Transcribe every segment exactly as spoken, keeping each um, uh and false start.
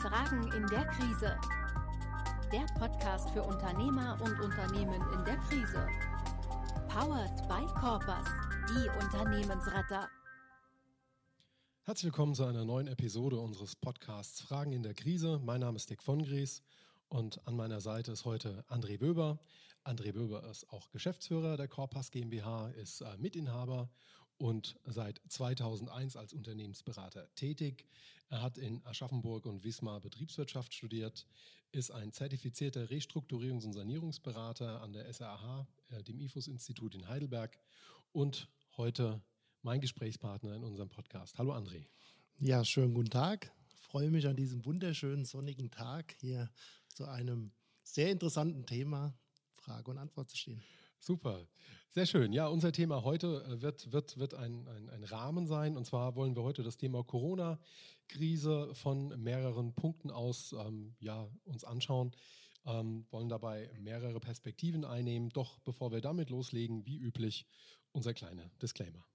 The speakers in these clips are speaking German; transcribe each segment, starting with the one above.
Fragen in der Krise. Der Podcast für Unternehmer und Unternehmen in der Krise. Powered by Corpus, die Unternehmensretter. Herzlich willkommen zu einer neuen Episode unseres Podcasts Fragen in der Krise. Mein Name ist Dick von Gries und an meiner Seite ist heute André Böber. André Böber ist auch Geschäftsführer der Corpus GmbH, ist äh, Mitinhaber und seit zweitausendeins als Unternehmensberater tätig. Er hat in Aschaffenburg und Wismar Betriebswirtschaft studiert, ist ein zertifizierter Restrukturierungs- und Sanierungsberater an der S R H, äh, dem I F U S-Institut in Heidelberg und heute mein Gesprächspartner in unserem Podcast. Hallo André. Ja, schönen guten Tag. Ich freue mich an diesem wunderschönen sonnigen Tag hier zu einem sehr interessanten Thema Frage und Antwort zu stehen. Super, sehr schön. Ja, unser Thema heute wird, wird, wird ein, ein, ein Rahmen sein. Und zwar wollen wir heute das Thema Corona-Krise von mehreren Punkten aus ähm, ja, uns anschauen, ähm, wollen dabei mehrere Perspektiven einnehmen. Doch bevor wir damit loslegen, wie üblich, unser kleiner Disclaimer.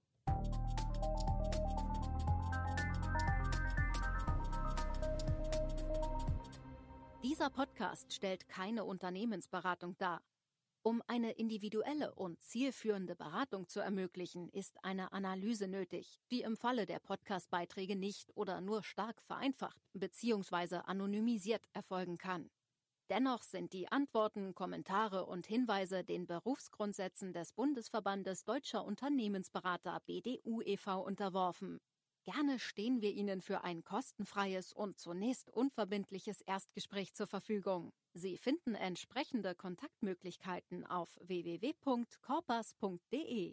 Dieser Podcast stellt keine Unternehmensberatung dar. Um eine individuelle und zielführende Beratung zu ermöglichen, ist eine Analyse nötig, die im Falle der Podcast-Beiträge nicht oder nur stark vereinfacht bzw. anonymisiert erfolgen kann. Dennoch sind die Antworten, Kommentare und Hinweise den Berufsgrundsätzen des Bundesverbandes Deutscher Unternehmensberater B D U e V unterworfen. Gerne stehen wir Ihnen für ein kostenfreies und zunächst unverbindliches Erstgespräch zur Verfügung. Sie finden entsprechende Kontaktmöglichkeiten auf w w w punkt corpus punkt d e.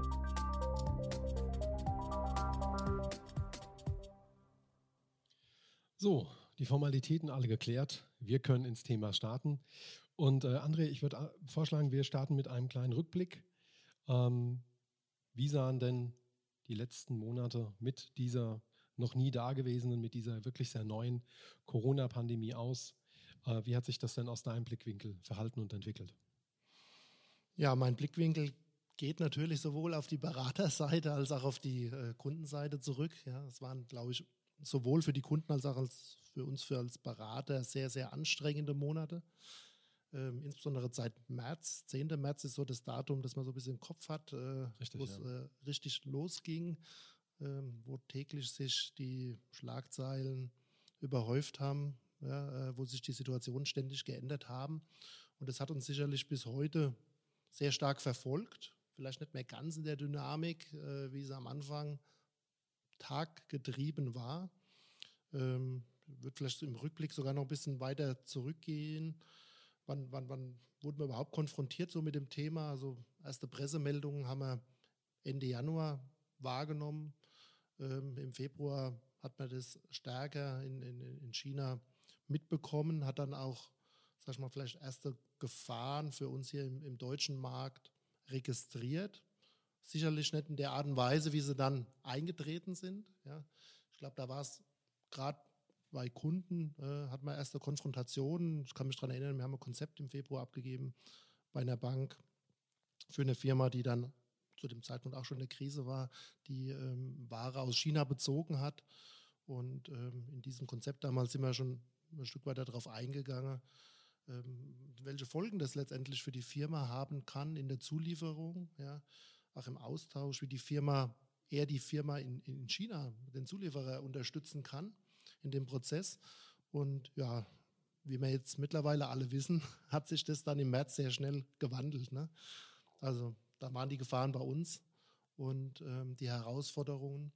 So, die Formalitäten alle geklärt. Wir können ins Thema starten. Und äh, André, ich würde vorschlagen, wir starten mit einem kleinen Rückblick. Ähm, wie sahen denn die letzten Monate mit dieser noch nie dagewesenen, mit dieser wirklich sehr neuen Corona-Pandemie aus? Äh, wie hat sich das denn aus deinem Blickwinkel verhalten und entwickelt? Ja, mein Blickwinkel geht natürlich sowohl auf die Beraterseite als auch auf die äh, Kundenseite zurück. Ja, es waren, glaube ich, sowohl für die Kunden als auch als für uns für als Berater sehr, sehr anstrengende Monate. Ähm, insbesondere seit März, zehnten März ist so das Datum, das man so ein bisschen im Kopf hat, äh, wo es ja. äh, richtig losging, äh, wo täglich sich die Schlagzeilen überhäuft haben, ja, äh, wo sich die Situationen ständig geändert haben. Und das hat uns sicherlich bis heute sehr stark verfolgt. Vielleicht nicht mehr ganz in der Dynamik, äh, wie es am Anfang taggetrieben war. Ähm, wird vielleicht im Rückblick sogar noch ein bisschen weiter zurückgehen. Wann, wann, wann wurden wir überhaupt konfrontiert so mit dem Thema? Also erste Pressemeldungen haben wir Ende Januar wahrgenommen. Ähm, Im Februar hat man das stärker in, in, in China mitbekommen, hat dann auch, sag ich mal, vielleicht erste Gefahren für uns hier im, im deutschen Markt registriert. Sicherlich nicht in der Art und Weise, wie sie dann eingetreten sind. Ja. Ich glaube, da war es gerade bei Kunden, äh, hat man erste Konfrontationen. Ich kann mich daran erinnern, wir haben ein Konzept im Februar abgegeben bei einer Bank für eine Firma, die dann zu dem Zeitpunkt auch schon in der Krise war, die ähm, Ware aus China bezogen hat. Und ähm, in diesem Konzept damals sind wir schon ein Stück weiter darauf eingegangen, ähm, welche Folgen das letztendlich für die Firma haben kann in der Zulieferung, ja, auch im Austausch, wie die Firma, eher die Firma in, in China, den Zulieferer unterstützen kann in dem Prozess. Und ja, wie wir jetzt mittlerweile alle wissen, hat sich das dann im März sehr schnell gewandelt. Ne? Also da waren die Gefahren bei uns und ähm, die Herausforderungen.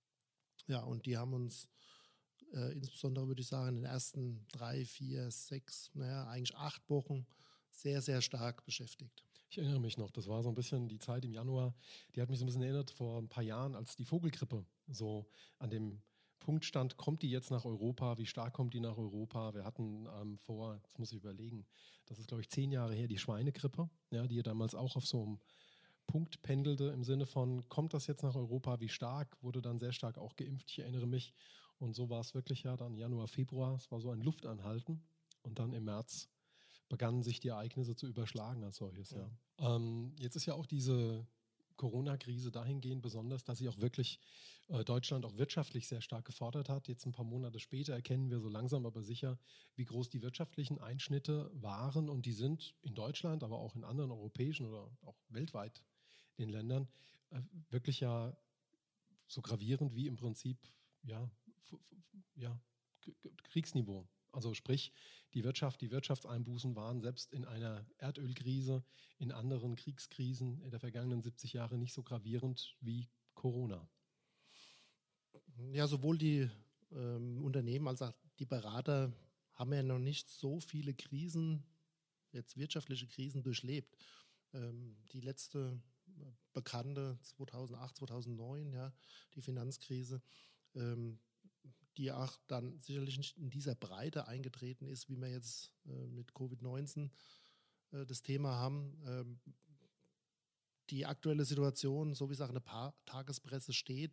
Ja, und die haben uns äh, insbesondere, würde ich sagen, in den ersten drei, vier, sechs, naja, eigentlich acht Wochen sehr, sehr stark beschäftigt. Ich erinnere mich noch, das war so ein bisschen die Zeit im Januar, die hat mich so ein bisschen erinnert vor ein paar Jahren, als die Vogelgrippe so an dem Punkt stand, kommt die jetzt nach Europa, wie stark kommt die nach Europa? Wir hatten ähm, vor, das muss ich überlegen, das ist glaube ich zehn Jahre her, die Schweinegrippe, ja, die ja damals auch auf so einem Punkt pendelte im Sinne von, kommt das jetzt nach Europa, wie stark, wurde dann sehr stark auch geimpft, ich erinnere mich. Und so war es wirklich ja dann Januar, Februar, es war so ein Luftanhalten und dann im März begannen sich die Ereignisse zu überschlagen als solches. Ja. Ja. Ähm, jetzt ist ja auch diese Corona-Krise dahingehend besonders, dass sie auch wirklich äh, Deutschland auch wirtschaftlich sehr stark gefordert hat. Jetzt ein paar Monate später erkennen wir so langsam aber sicher, wie groß die wirtschaftlichen Einschnitte waren. Und die sind in Deutschland, aber auch in anderen europäischen oder auch weltweit den Ländern äh, wirklich ja so gravierend wie im Prinzip ja, f- f- ja, K- K- Kriegsniveau. Also sprich, die Wirtschaft, die Wirtschaftseinbußen waren selbst in einer Erdölkrise, in anderen Kriegskrisen in der vergangenen siebzig Jahre nicht so gravierend wie Corona. Ja, sowohl die ähm, Unternehmen als auch die Berater haben ja noch nicht so viele Krisen, jetzt wirtschaftliche Krisen durchlebt. Ähm, die letzte äh, bekannte zweitausendacht, zweitausendneun, ja, die Finanzkrise, ähm, die auch dann sicherlich nicht in dieser Breite eingetreten ist, wie wir jetzt äh, mit Covid neunzehn äh, das Thema haben. Ähm, die aktuelle Situation, so wie es auch in der pa- Tagespresse steht,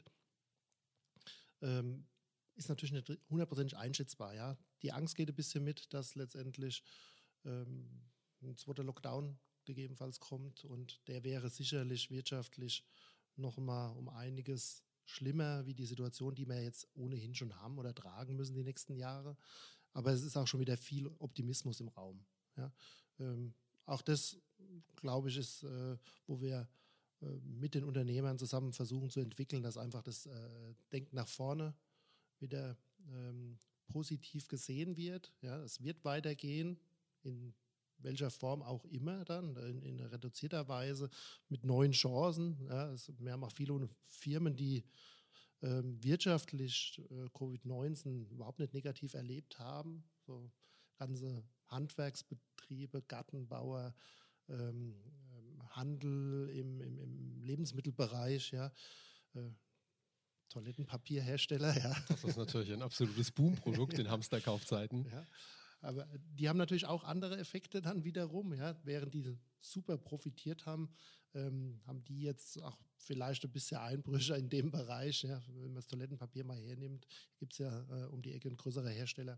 ähm, ist natürlich nicht hundertprozentig einschätzbar. Ja? Die Angst geht ein bisschen mit, dass letztendlich ähm, ein zweiter Lockdown gegebenenfalls kommt und der wäre sicherlich wirtschaftlich noch mal um einiges schlimmer wie die Situation, die wir jetzt ohnehin schon haben oder tragen müssen die nächsten Jahre. Aber es ist auch schon wieder viel Optimismus im Raum. Ja? Ähm, auch das, glaube ich, ist, äh, wo wir äh, mit den Unternehmern zusammen versuchen zu entwickeln, dass einfach das äh, Denken nach vorne wieder ähm, positiv gesehen wird. Ja? Es wird weitergehen, in welcher Form auch immer dann, in, in reduzierter Weise, mit neuen Chancen. Ja? Es, wir haben auch viele Firmen, die ähm, wirtschaftlich äh, Covid neunzehn überhaupt nicht negativ erlebt haben. So ganze Handwerksbetriebe, Gartenbauer, ähm, Handel im, im, im Lebensmittelbereich, ja, äh, Toilettenpapierhersteller, ja. Das ist natürlich ein absolutes Boomprodukt in Hamsterkaufzeiten. Ja. Aber die haben natürlich auch andere Effekte dann wiederum, ja. Während die super profitiert haben, ähm, haben die jetzt auch vielleicht ein bisschen Einbrüche in dem Bereich. Ja. Wenn man das Toilettenpapier mal hernimmt, gibt es ja äh, um die Ecke ein größerer Hersteller.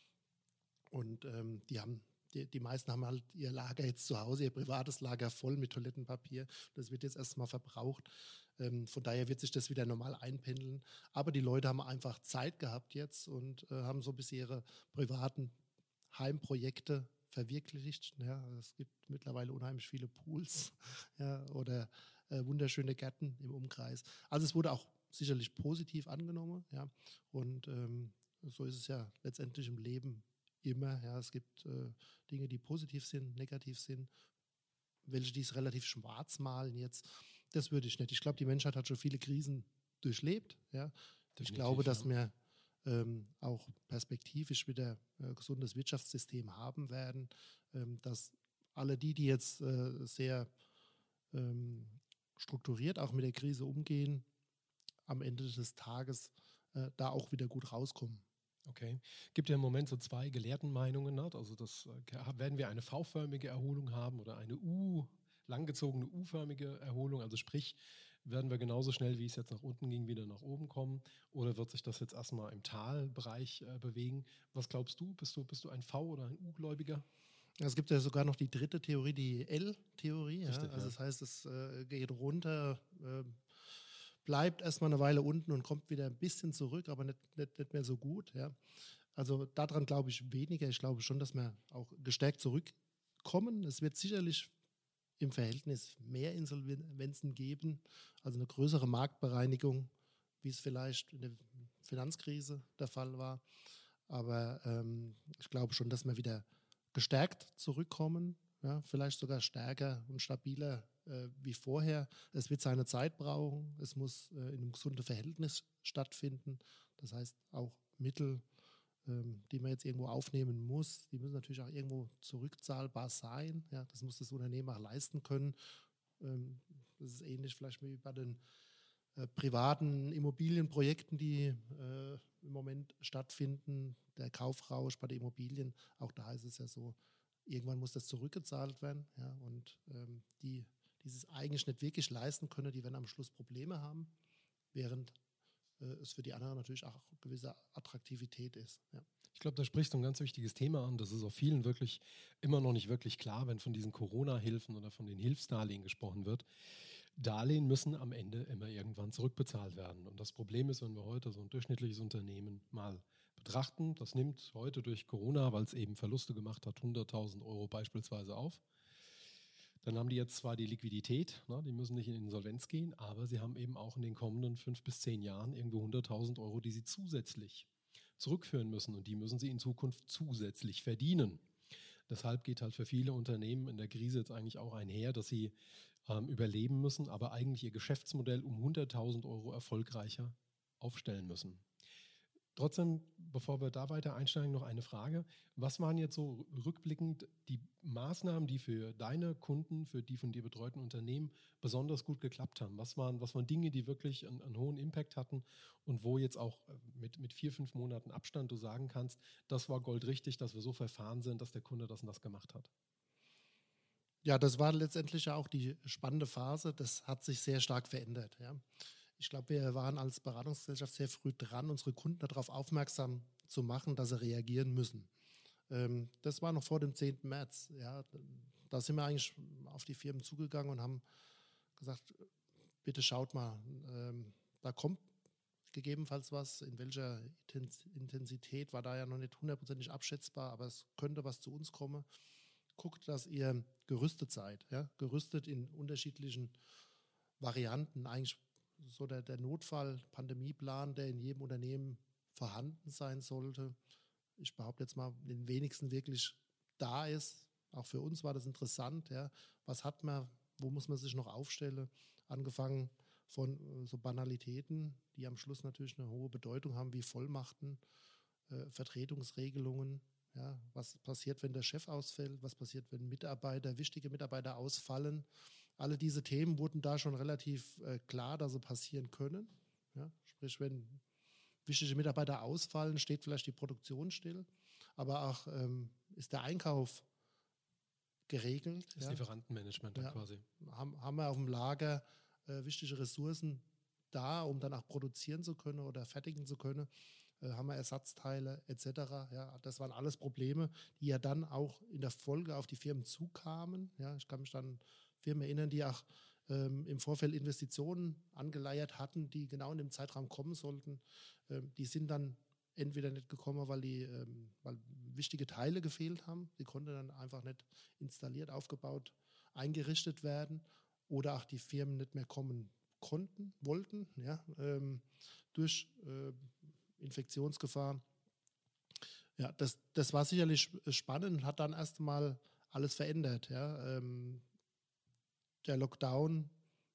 Und ähm, die haben Die, die meisten haben halt ihr Lager jetzt zu Hause, ihr privates Lager voll mit Toilettenpapier. Das wird jetzt erstmal verbraucht. Ähm, von daher wird sich das wieder normal einpendeln. Aber die Leute haben einfach Zeit gehabt jetzt und äh, haben so ein bisschen ihre privaten Heimprojekte verwirklicht. Ja, es gibt mittlerweile unheimlich viele Pools ja, oder äh, wunderschöne Gärten im Umkreis. Also es wurde auch sicherlich positiv angenommen. Ja, und ähm, so ist es ja letztendlich im Leben immer. Ja, es gibt äh, Dinge, die positiv sind, negativ sind, welche die es relativ schwarz malen jetzt. Das würde ich nicht. Ich glaube, die Menschheit hat schon viele Krisen durchlebt. Ja. Ich glaube, dass ja. wir ähm, auch perspektivisch wieder ein äh, gesundes Wirtschaftssystem haben werden, ähm, dass alle die, die jetzt äh, sehr ähm, strukturiert auch mit der Krise umgehen, am Ende des Tages äh, da auch wieder gut rauskommen. Okay. Gibt ja im Moment so zwei Gelehrtenmeinungen. Ne? Also das äh, werden wir eine V-förmige Erholung haben oder eine U, langgezogene U-förmige Erholung. Also sprich, werden wir genauso schnell, wie es jetzt nach unten ging, wieder nach oben kommen? Oder wird sich das jetzt erstmal im Talbereich äh, bewegen? Was glaubst du? Bist du, bist du ein V- oder ein U-Gläubiger? Es gibt ja sogar noch die dritte Theorie, die L-Theorie. Ja? Richtig, Also ja. das heißt, es äh, geht runter, äh, bleibt erstmal eine Weile unten und kommt wieder ein bisschen zurück, aber nicht, nicht, nicht mehr so gut. Ja? Also daran glaube ich weniger. Ich glaube schon, dass wir auch gestärkt zurückkommen. Es wird sicherlich im Verhältnis mehr Insolvenzen geben, also eine größere Marktbereinigung, wie es vielleicht in der Finanzkrise der Fall war. Aber ähm, ich glaube schon, dass wir wieder gestärkt zurückkommen, ja, vielleicht sogar stärker und stabiler äh, wie vorher. Es wird seine Zeit brauchen. Es muss äh, in einem gesunden Verhältnis stattfinden. Das heißt, auch Mittel, ähm, die man jetzt irgendwo aufnehmen muss, die müssen natürlich auch irgendwo zurückzahlbar sein. Ja, das muss das Unternehmen auch leisten können. Ähm, das ist ähnlich vielleicht wie bei den äh, privaten Immobilienprojekten, die äh, im Moment stattfinden. Der Kaufrausch bei den Immobilien, auch da ist es ja so, irgendwann muss das zurückgezahlt werden. Ja, und ähm, die, die es eigentlich nicht wirklich leisten können, die werden am Schluss Probleme haben, während äh, es für die anderen natürlich auch eine gewisse Attraktivität ist. Ja. Ich glaube, da sprichst du ein ganz wichtiges Thema an. Das ist auch vielen wirklich immer noch nicht wirklich klar, wenn von diesen Corona-Hilfen oder von den Hilfsdarlehen gesprochen wird. Darlehen müssen am Ende immer irgendwann zurückbezahlt werden. Und das Problem ist, wenn wir heute so ein durchschnittliches Unternehmen mal betrachten, das nimmt heute durch Corona, weil es eben Verluste gemacht hat, hunderttausend Euro beispielsweise auf. Dann haben die jetzt zwar die Liquidität, ne, die müssen nicht in Insolvenz gehen, aber sie haben eben auch in den kommenden fünf bis zehn Jahren irgendwo hunderttausend Euro, die sie zusätzlich zurückführen müssen. Und die müssen sie in Zukunft zusätzlich verdienen. Deshalb geht halt für viele Unternehmen in der Krise jetzt eigentlich auch einher, dass sie ähm, überleben müssen, aber eigentlich ihr Geschäftsmodell um hunderttausend Euro erfolgreicher aufstellen müssen. Trotzdem, bevor wir da weiter einsteigen, noch eine Frage. Was waren jetzt so rückblickend die Maßnahmen, die für deine Kunden, für die von dir betreuten Unternehmen besonders gut geklappt haben? Was waren, was waren Dinge, die wirklich einen, einen hohen Impact hatten und wo jetzt auch mit, mit vier, fünf Monaten Abstand du sagen kannst, das war goldrichtig, dass wir so verfahren sind, dass der Kunde das und das gemacht hat? Ja, das war letztendlich ja auch die spannende Phase. Das hat sich sehr stark verändert, ja. Ich glaube, wir waren als Beratungsgesellschaft sehr früh dran, unsere Kunden darauf aufmerksam zu machen, dass sie reagieren müssen. Ähm, das war noch vor dem zehnten März. Ja, da sind wir eigentlich auf die Firmen zugegangen und haben gesagt, bitte schaut mal, ähm, da kommt gegebenenfalls was. In welcher Intensität war da ja noch nicht hundertprozentig abschätzbar, aber es könnte was zu uns kommen. Guckt, dass ihr gerüstet seid, ja? Gerüstet in unterschiedlichen Varianten, eigentlich so der, der Notfall-Pandemieplan, der in jedem Unternehmen vorhanden sein sollte. Ich behaupte jetzt mal, den wenigsten wirklich da ist. Auch für uns war das interessant. Ja. Was hat man, wo muss man sich noch aufstellen? Angefangen von äh, so Banalitäten, die am Schluss natürlich eine hohe Bedeutung haben, wie Vollmachten, äh, Vertretungsregelungen. Ja. Was passiert, wenn der Chef ausfällt? Was passiert, wenn Mitarbeiter, wichtige Mitarbeiter ausfallen? Alle diese Themen wurden da schon relativ äh, klar, dass sie passieren können. Ja, sprich, wenn wichtige Mitarbeiter ausfallen, steht vielleicht die Produktion still. Aber auch ähm, ist der Einkauf geregelt. Das ja. Lieferantenmanagement dann ja. quasi. Haben, haben wir auf dem Lager äh, wichtige Ressourcen da, um dann auch produzieren zu können oder fertigen zu können. Äh, haben wir Ersatzteile et cetera. Ja, das waren alles Probleme, die ja dann auch in der Folge auf die Firmen zukamen. Ja, ich kann mich dann Firmen erinnern, die auch ähm, im Vorfeld Investitionen angeleiert hatten, die genau in dem Zeitraum kommen sollten. Ähm, die sind dann entweder nicht gekommen, weil, die, ähm, weil wichtige Teile gefehlt haben. Die konnten dann einfach nicht installiert, aufgebaut, eingerichtet werden. Oder auch die Firmen nicht mehr kommen konnten, wollten, ja, ähm, durch äh, Infektionsgefahr. Ja, das, das war sicherlich spannend und hat dann erst mal alles verändert. Ja. Ähm, Der Lockdown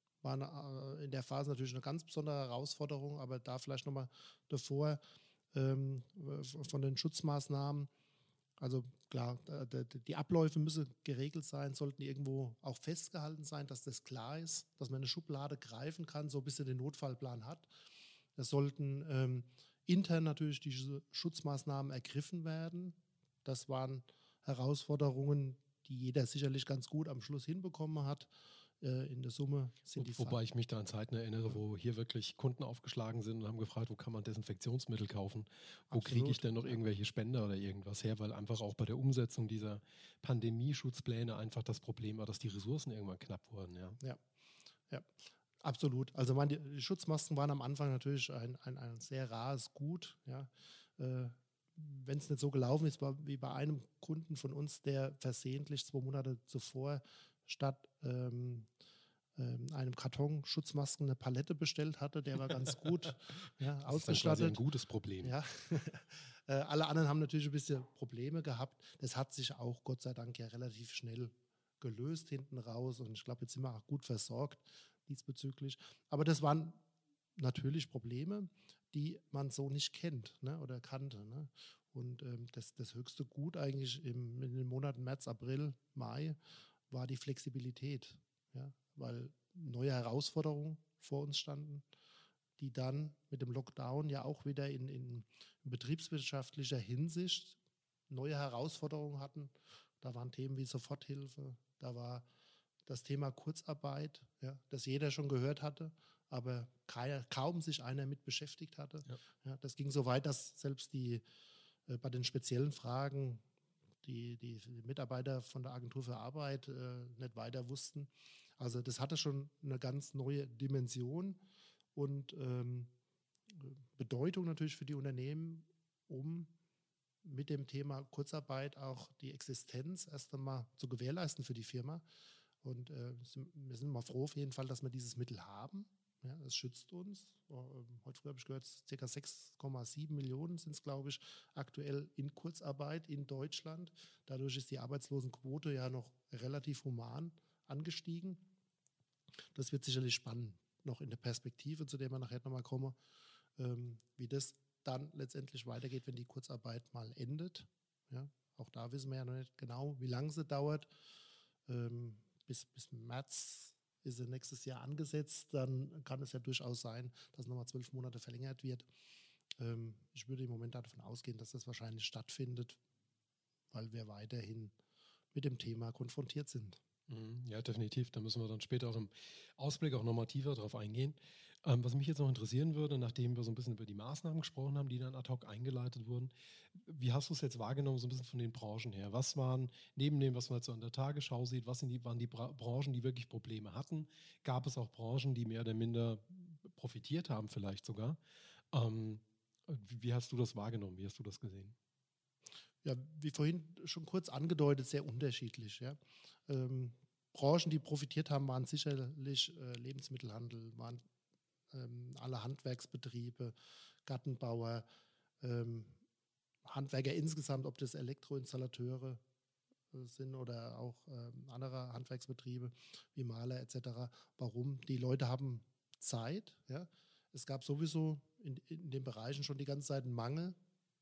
war in der Phase natürlich eine ganz besondere Herausforderung, aber da vielleicht nochmal davor ähm, von den Schutzmaßnahmen. Also klar, die Abläufe müssen geregelt sein, sollten irgendwo auch festgehalten sein, dass das klar ist, dass man eine Schublade greifen kann, so bis er den Notfallplan hat. Es sollten ähm, intern natürlich diese Schutzmaßnahmen ergriffen werden. Das waren Herausforderungen, die jeder sicherlich ganz gut am Schluss hinbekommen hat. In der Summe sind die Wobei ich mich da an Zeiten erinnere, wo hier wirklich Kunden aufgeschlagen sind und haben gefragt, wo kann man Desinfektionsmittel kaufen? Wo kriege ich denn noch irgendwelche Spender oder irgendwas her? Weil einfach auch bei der Umsetzung dieser Pandemieschutzpläne einfach das Problem war, dass die Ressourcen irgendwann knapp wurden. Ja, ja, ja, absolut. Also man, die Schutzmasken waren am Anfang natürlich ein, ein, ein sehr rares Gut. Ja. Äh, wenn es nicht so gelaufen ist, war wie bei einem Kunden von uns, der versehentlich zwei Monate zuvor statt ähm, ähm, einem Karton Schutzmasken eine Palette bestellt hatte. Der war ganz gut ja, das ausgestattet. Das ist quasi ein gutes Problem. Ja. äh, alle anderen haben natürlich ein bisschen Probleme gehabt. Das hat sich auch Gott sei Dank ja relativ schnell gelöst hinten raus. Und ich glaube, jetzt sind wir auch gut versorgt diesbezüglich. Aber das waren natürlich Probleme, die man so nicht kennt, ne, oder kannte. Ne? Und ähm, das, das höchste Gut eigentlich im, in den Monaten März, April, Mai war die Flexibilität, ja, weil neue Herausforderungen vor uns standen, die dann mit dem Lockdown ja auch wieder in, in betriebswirtschaftlicher Hinsicht neue Herausforderungen hatten. Da waren Themen wie Soforthilfe, da war das Thema Kurzarbeit, ja, das jeder schon gehört hatte, aber keiner, kaum sich einer mit beschäftigt hatte. Ja. Ja, das ging so weit, dass selbst die äh, bei den speziellen Fragen Die, die Mitarbeiter von der Agentur für Arbeit äh, nicht weiter wussten. Also das hatte schon eine ganz neue Dimension und ähm, Bedeutung natürlich für die Unternehmen, um mit dem Thema Kurzarbeit auch die Existenz erst einmal zu gewährleisten für die Firma. Und äh, wir sind mal froh auf jeden Fall, dass wir dieses Mittel haben. Ja, das schützt uns. Heute früh habe ich gehört, ca. sechs Komma sieben Millionen sind es, glaube ich, aktuell in Kurzarbeit in Deutschland. Dadurch ist die Arbeitslosenquote ja noch relativ human angestiegen. Das wird sicherlich spannend, noch in der Perspektive, zu der wir nachher nochmal kommen, ähm, wie das dann letztendlich weitergeht, wenn die Kurzarbeit mal endet. Ja, auch da wissen wir ja noch nicht genau, wie lange sie dauert. Ähm, bis, bis März ist sie nächstes Jahr angesetzt, dann kann es ja durchaus sein, dass nochmal zwölf Monate verlängert wird. Ähm, ich würde im Moment davon ausgehen, dass das wahrscheinlich stattfindet, weil wir weiterhin mit dem Thema konfrontiert sind. Ja, definitiv. Da müssen wir dann später auch im Ausblick auch nochmal tiefer drauf eingehen. Ähm, was mich jetzt noch interessieren würde, nachdem wir so ein bisschen über die Maßnahmen gesprochen haben, die dann ad hoc eingeleitet wurden, wie hast du es jetzt wahrgenommen, so ein bisschen von den Branchen her? Was waren, neben dem, was man jetzt so an der Tagesschau sieht, was sind die, waren die Bra- Branchen, die wirklich Probleme hatten? Gab es auch Branchen, die mehr oder minder profitiert haben vielleicht sogar? Ähm, wie, wie hast du das wahrgenommen? Wie hast du das gesehen? Ja, wie vorhin schon kurz angedeutet, sehr unterschiedlich. Ja. Ähm, Branchen, die profitiert haben, waren sicherlich äh, Lebensmittelhandel, waren ähm, alle Handwerksbetriebe, Gartenbauer, ähm, Handwerker insgesamt, ob das Elektroinstallateure äh, sind oder auch ähm, andere Handwerksbetriebe wie Maler et cetera. Warum? Die Leute haben Zeit. Ja. Es gab sowieso in, in den Bereichen schon die ganze Zeit einen Mangel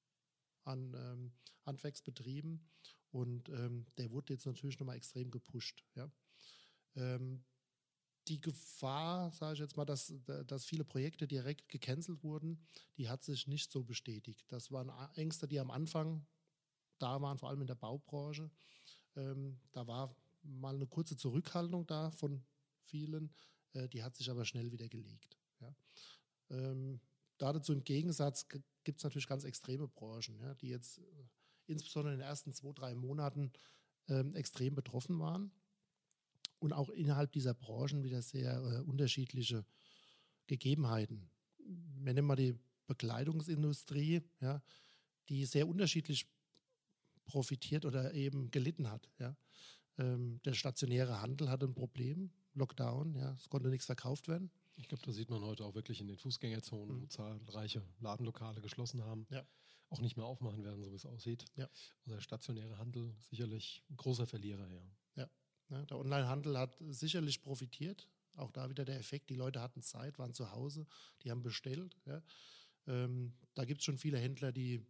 an ähm, Handwerksbetrieben und ähm, der wurde jetzt natürlich nochmal extrem gepusht. Ja. Ähm, die Gefahr, sage ich jetzt mal, dass, dass viele Projekte direkt gecancelt wurden, die hat sich nicht so bestätigt. Das waren Ängste, die am Anfang da waren, vor allem in der Baubranche. Ähm, da war mal eine kurze Zurückhaltung da von vielen, äh, die hat sich aber schnell wieder gelegt. Ja. Ähm, dazu im Gegensatz gibt es natürlich ganz extreme Branchen, ja, die jetzt äh, insbesondere in den ersten zwei, drei Monaten ähm, extrem betroffen waren und auch innerhalb dieser Branchen wieder sehr äh, unterschiedliche Gegebenheiten. Wir nehmen mal die Bekleidungsindustrie, ja, die sehr unterschiedlich profitiert oder eben gelitten hat. Ja. Ähm, der stationäre Handel hatte ein Problem, Lockdown, ja, es konnte nichts verkauft werden. Ich glaube, das sieht man heute auch wirklich in den Fußgängerzonen, Mhm. wo zahlreiche Ladenlokale geschlossen haben, Ja. auch nicht mehr aufmachen werden, so wie es aussieht. Ja. Also der stationäre Handel sicherlich ein großer Verlierer, ja. Ja. Ja, der Onlinehandel hat sicherlich profitiert. Auch da wieder der Effekt, die Leute hatten Zeit, waren zu Hause, die haben bestellt. Ja. Ähm, da gibt es schon viele Händler, die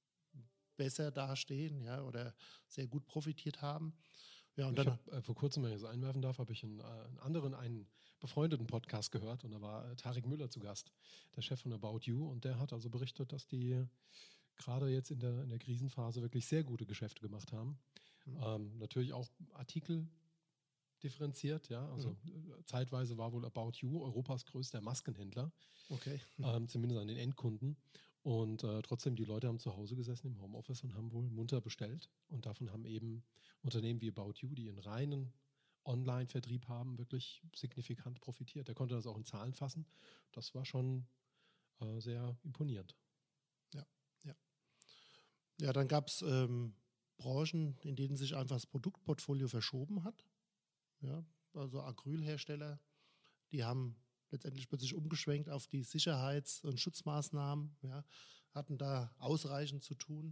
besser dastehen, ja, oder sehr gut profitiert haben. Ja, und ich dann habe äh, vor kurzem, wenn ich das einwerfen darf, habe ich einen, äh, einen anderen, einen befreundeten Podcast gehört und da war äh, Tarek Müller zu Gast, der Chef von About You, und der hat also berichtet, dass die gerade jetzt in der, in der Krisenphase wirklich sehr gute Geschäfte gemacht haben. Mhm. Ähm, natürlich auch Artikel differenziert, ja, also mhm. zeitweise war wohl About You Europas größter Maskenhändler, okay. ähm, zumindest an den Endkunden. Und äh, trotzdem, die Leute haben zu Hause gesessen im Homeoffice und haben wohl munter bestellt. Und davon haben eben Unternehmen wie About You, die einen reinen Online-Vertrieb haben, wirklich signifikant profitiert. Der konnte das auch in Zahlen fassen. Das war schon äh, sehr imponierend. Ja, ja. Ja, dann gab es ähm, Branchen, in denen sich einfach das Produktportfolio verschoben hat. Ja, also Acrylhersteller, die haben letztendlich plötzlich umgeschwenkt auf die Sicherheits- und Schutzmaßnahmen, ja, hatten da ausreichend zu tun.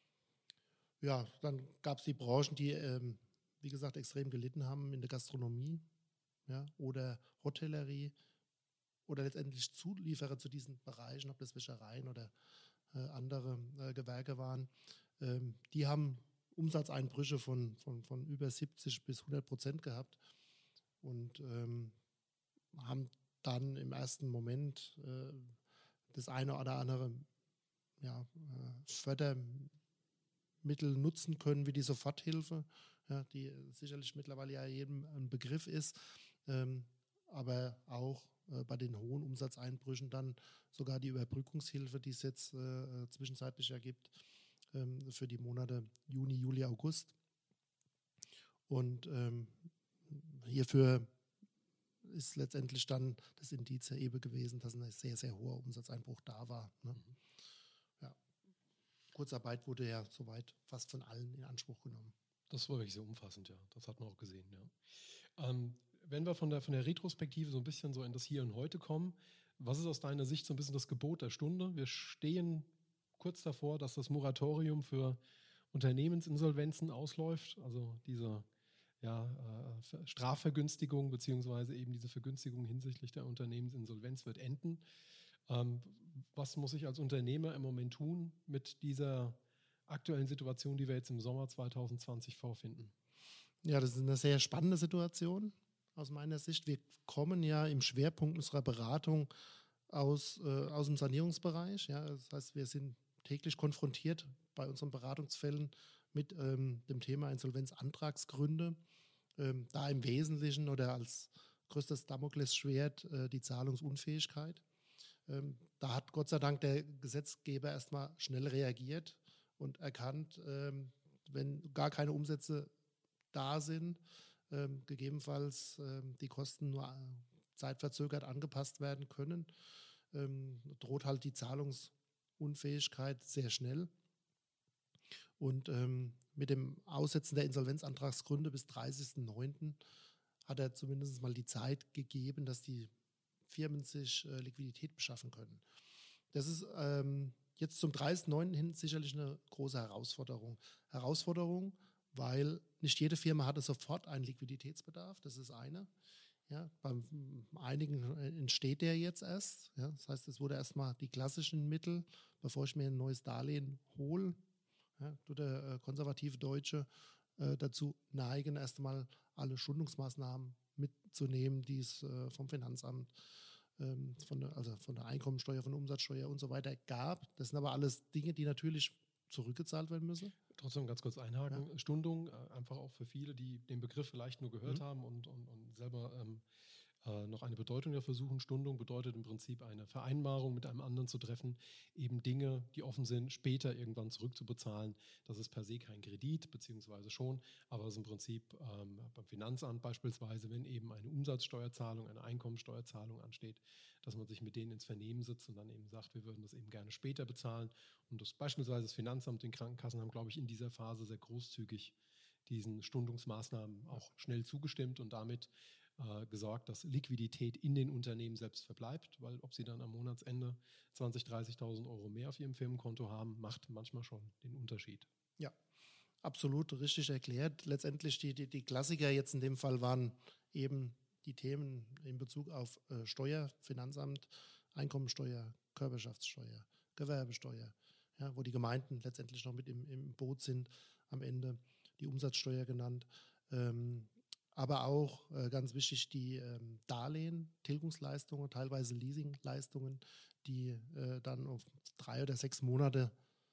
Ja, dann gab es die Branchen, die, ähm, wie gesagt, extrem gelitten haben in der Gastronomie, ja, oder Hotellerie oder letztendlich Zulieferer zu diesen Bereichen, ob das Wäschereien oder äh, andere äh, Gewerke waren. Ähm, die haben Umsatzeinbrüche von, von, von über siebzig bis hundert Prozent gehabt und ähm, haben dann im ersten Moment äh, das eine oder andere ja, äh, Fördermittel nutzen können, wie die Soforthilfe, ja, die sicherlich mittlerweile ja jedem ein Begriff ist, ähm, aber auch äh, bei den hohen Umsatzeinbrüchen dann sogar die Überbrückungshilfe, die es jetzt äh, zwischenzeitlich ja gibt, ähm, für die Monate Juni, Juli, August. Und ähm, hierfür ist letztendlich dann das Indiz ja eben gewesen, dass ein sehr, sehr hoher Umsatzeinbruch da war. Ne? Mhm. Ja. Kurzarbeit wurde ja soweit fast von allen in Anspruch genommen. Das war wirklich sehr umfassend, ja. Das hat man auch gesehen, ja. Ähm, wenn wir von der, von der Retrospektive so ein bisschen so in das Hier und Heute kommen, was ist aus deiner Sicht so ein bisschen das Gebot der Stunde? Wir stehen kurz davor, dass das Moratorium für Unternehmensinsolvenzen ausläuft, also diese ja, äh, Strafvergünstigung beziehungsweise eben diese Vergünstigung hinsichtlich der Unternehmensinsolvenz wird enden. Ähm, was muss ich als Unternehmer im Moment tun mit dieser aktuellen Situation, die wir jetzt im Sommer zwanzig zwanzig vorfinden? Ja, das ist eine sehr spannende Situation aus meiner Sicht. Wir kommen ja im Schwerpunkt unserer Beratung aus, äh, aus dem Sanierungsbereich. Ja, das heißt, wir sind täglich konfrontiert bei unseren Beratungsfällen mit ähm, dem Thema Insolvenzantragsgründe. Ähm, da im Wesentlichen oder als größtes Damoklesschwert äh, die Zahlungsunfähigkeit. Ähm, da hat Gott sei Dank der Gesetzgeber erstmal schnell reagiert und erkannt, ähm, wenn gar keine Umsätze da sind, ähm, gegebenenfalls ähm, die Kosten nur zeitverzögert angepasst werden können, ähm, droht halt die Zahlungsunfähigkeit sehr schnell. Und ähm, mit dem Aussetzen der Insolvenzantragsgründe bis dreißigsten neunten hat er zumindest mal die Zeit gegeben, dass die Firmen sich äh, Liquidität beschaffen können. Das ist ähm, jetzt zum dreißigsten neunten hin sicherlich eine große Herausforderung. Herausforderung, weil nicht jede Firma hatte sofort einen Liquiditätsbedarf, das ist eine. Ja, bei einigen entsteht der jetzt erst. Ja, das heißt, es wurde erstmal die klassischen Mittel, bevor ich mir ein neues Darlehen hole, ja, tut der äh, konservative Deutsche äh, dazu neigen, erstmal alle Stundungsmaßnahmen mitzunehmen, die es äh, vom Finanzamt, ähm, von der, also von der Einkommensteuer, von der Umsatzsteuer und so weiter gab. Das sind aber alles Dinge, die natürlich zurückgezahlt werden müssen. Trotzdem ganz kurz einhaken. Ja. Stundung, äh, einfach auch für viele, die den Begriff vielleicht nur gehört mhm. haben und, und, und selber ähm, äh, noch eine Bedeutung dafür suchen. Stundung bedeutet im Prinzip eine Vereinbarung mit einem anderen zu treffen, eben Dinge, die offen sind, später irgendwann zurückzubezahlen. Das ist per se kein Kredit, beziehungsweise schon, aber es ist im Prinzip ähm, beim Finanzamt beispielsweise, wenn eben eine Umsatzsteuerzahlung, eine Einkommensteuerzahlung ansteht, dass man sich mit denen ins Vernehmen sitzt und dann eben sagt, wir würden das eben gerne später bezahlen. Und das beispielsweise das Finanzamt, die Krankenkassen haben, glaube ich, in dieser Phase sehr großzügig diesen Stundungsmaßnahmen auch schnell zugestimmt und damit äh, gesorgt, dass Liquidität in den Unternehmen selbst verbleibt, weil ob sie dann am Monatsende zwanzigtausend, dreißigtausend Euro mehr auf ihrem Firmenkonto haben, macht manchmal schon den Unterschied. Ja, absolut richtig erklärt. Letztendlich die, die, die Klassiker jetzt in dem Fall waren eben die Themen in Bezug auf äh, Steuer, Finanzamt, Einkommensteuer, Körperschaftssteuer, Gewerbesteuer, ja, wo die Gemeinden letztendlich noch mit im, im Boot sind, am Ende die Umsatzsteuer genannt. Ähm, aber auch äh, ganz wichtig die ähm, Darlehen, Tilgungsleistungen, teilweise Leasingleistungen, die äh, dann auf drei oder sechs Monate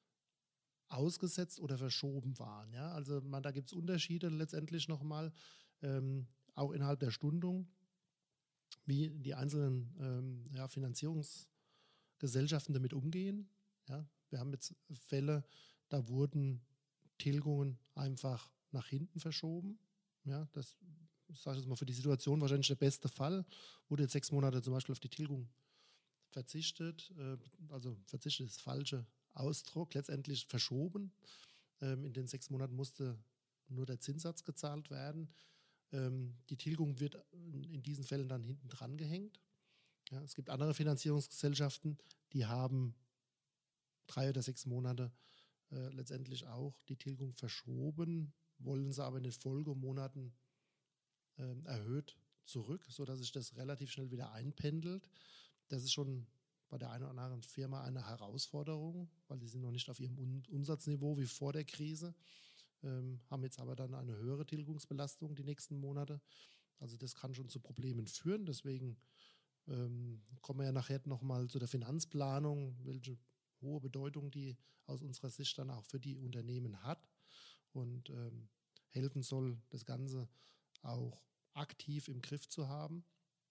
ausgesetzt oder verschoben waren. Ja? Also man, da gibt es Unterschiede letztendlich nochmal, ähm, auch innerhalb der Stundung, wie die einzelnen ähm, ja, Finanzierungsgesellschaften damit umgehen. Ja? Wir haben jetzt Fälle, da wurden Tilgungen einfach nach hinten verschoben. Ja, das sage ich jetzt mal für die Situation wahrscheinlich der beste Fall. Wurde jetzt sechs Monate zum Beispiel auf die Tilgung verzichtet. Äh, also verzichtet ist der falsche Ausdruck, letztendlich verschoben. Ähm, in den sechs Monaten musste nur der Zinssatz gezahlt werden. Ähm, die Tilgung wird in diesen Fällen dann hinten dran gehängt. Ja, es gibt andere Finanzierungsgesellschaften, die haben drei oder sechs Monate äh, letztendlich auch die Tilgung verschoben, wollen sie aber in den Folgemonaten äh, erhöht zurück, sodass sich das relativ schnell wieder einpendelt. Das ist schon bei der einen oder anderen Firma eine Herausforderung, weil die sind noch nicht auf ihrem Un- Umsatzniveau wie vor der Krise, ähm, haben jetzt aber dann eine höhere Tilgungsbelastung die nächsten Monate. Also das kann schon zu Problemen führen. Deswegen ähm, kommen wir ja nachher nochmal zu der Finanzplanung, welche hohe Bedeutung die aus unserer Sicht dann auch für die Unternehmen hat und ähm, helfen soll, das Ganze auch aktiv im Griff zu haben.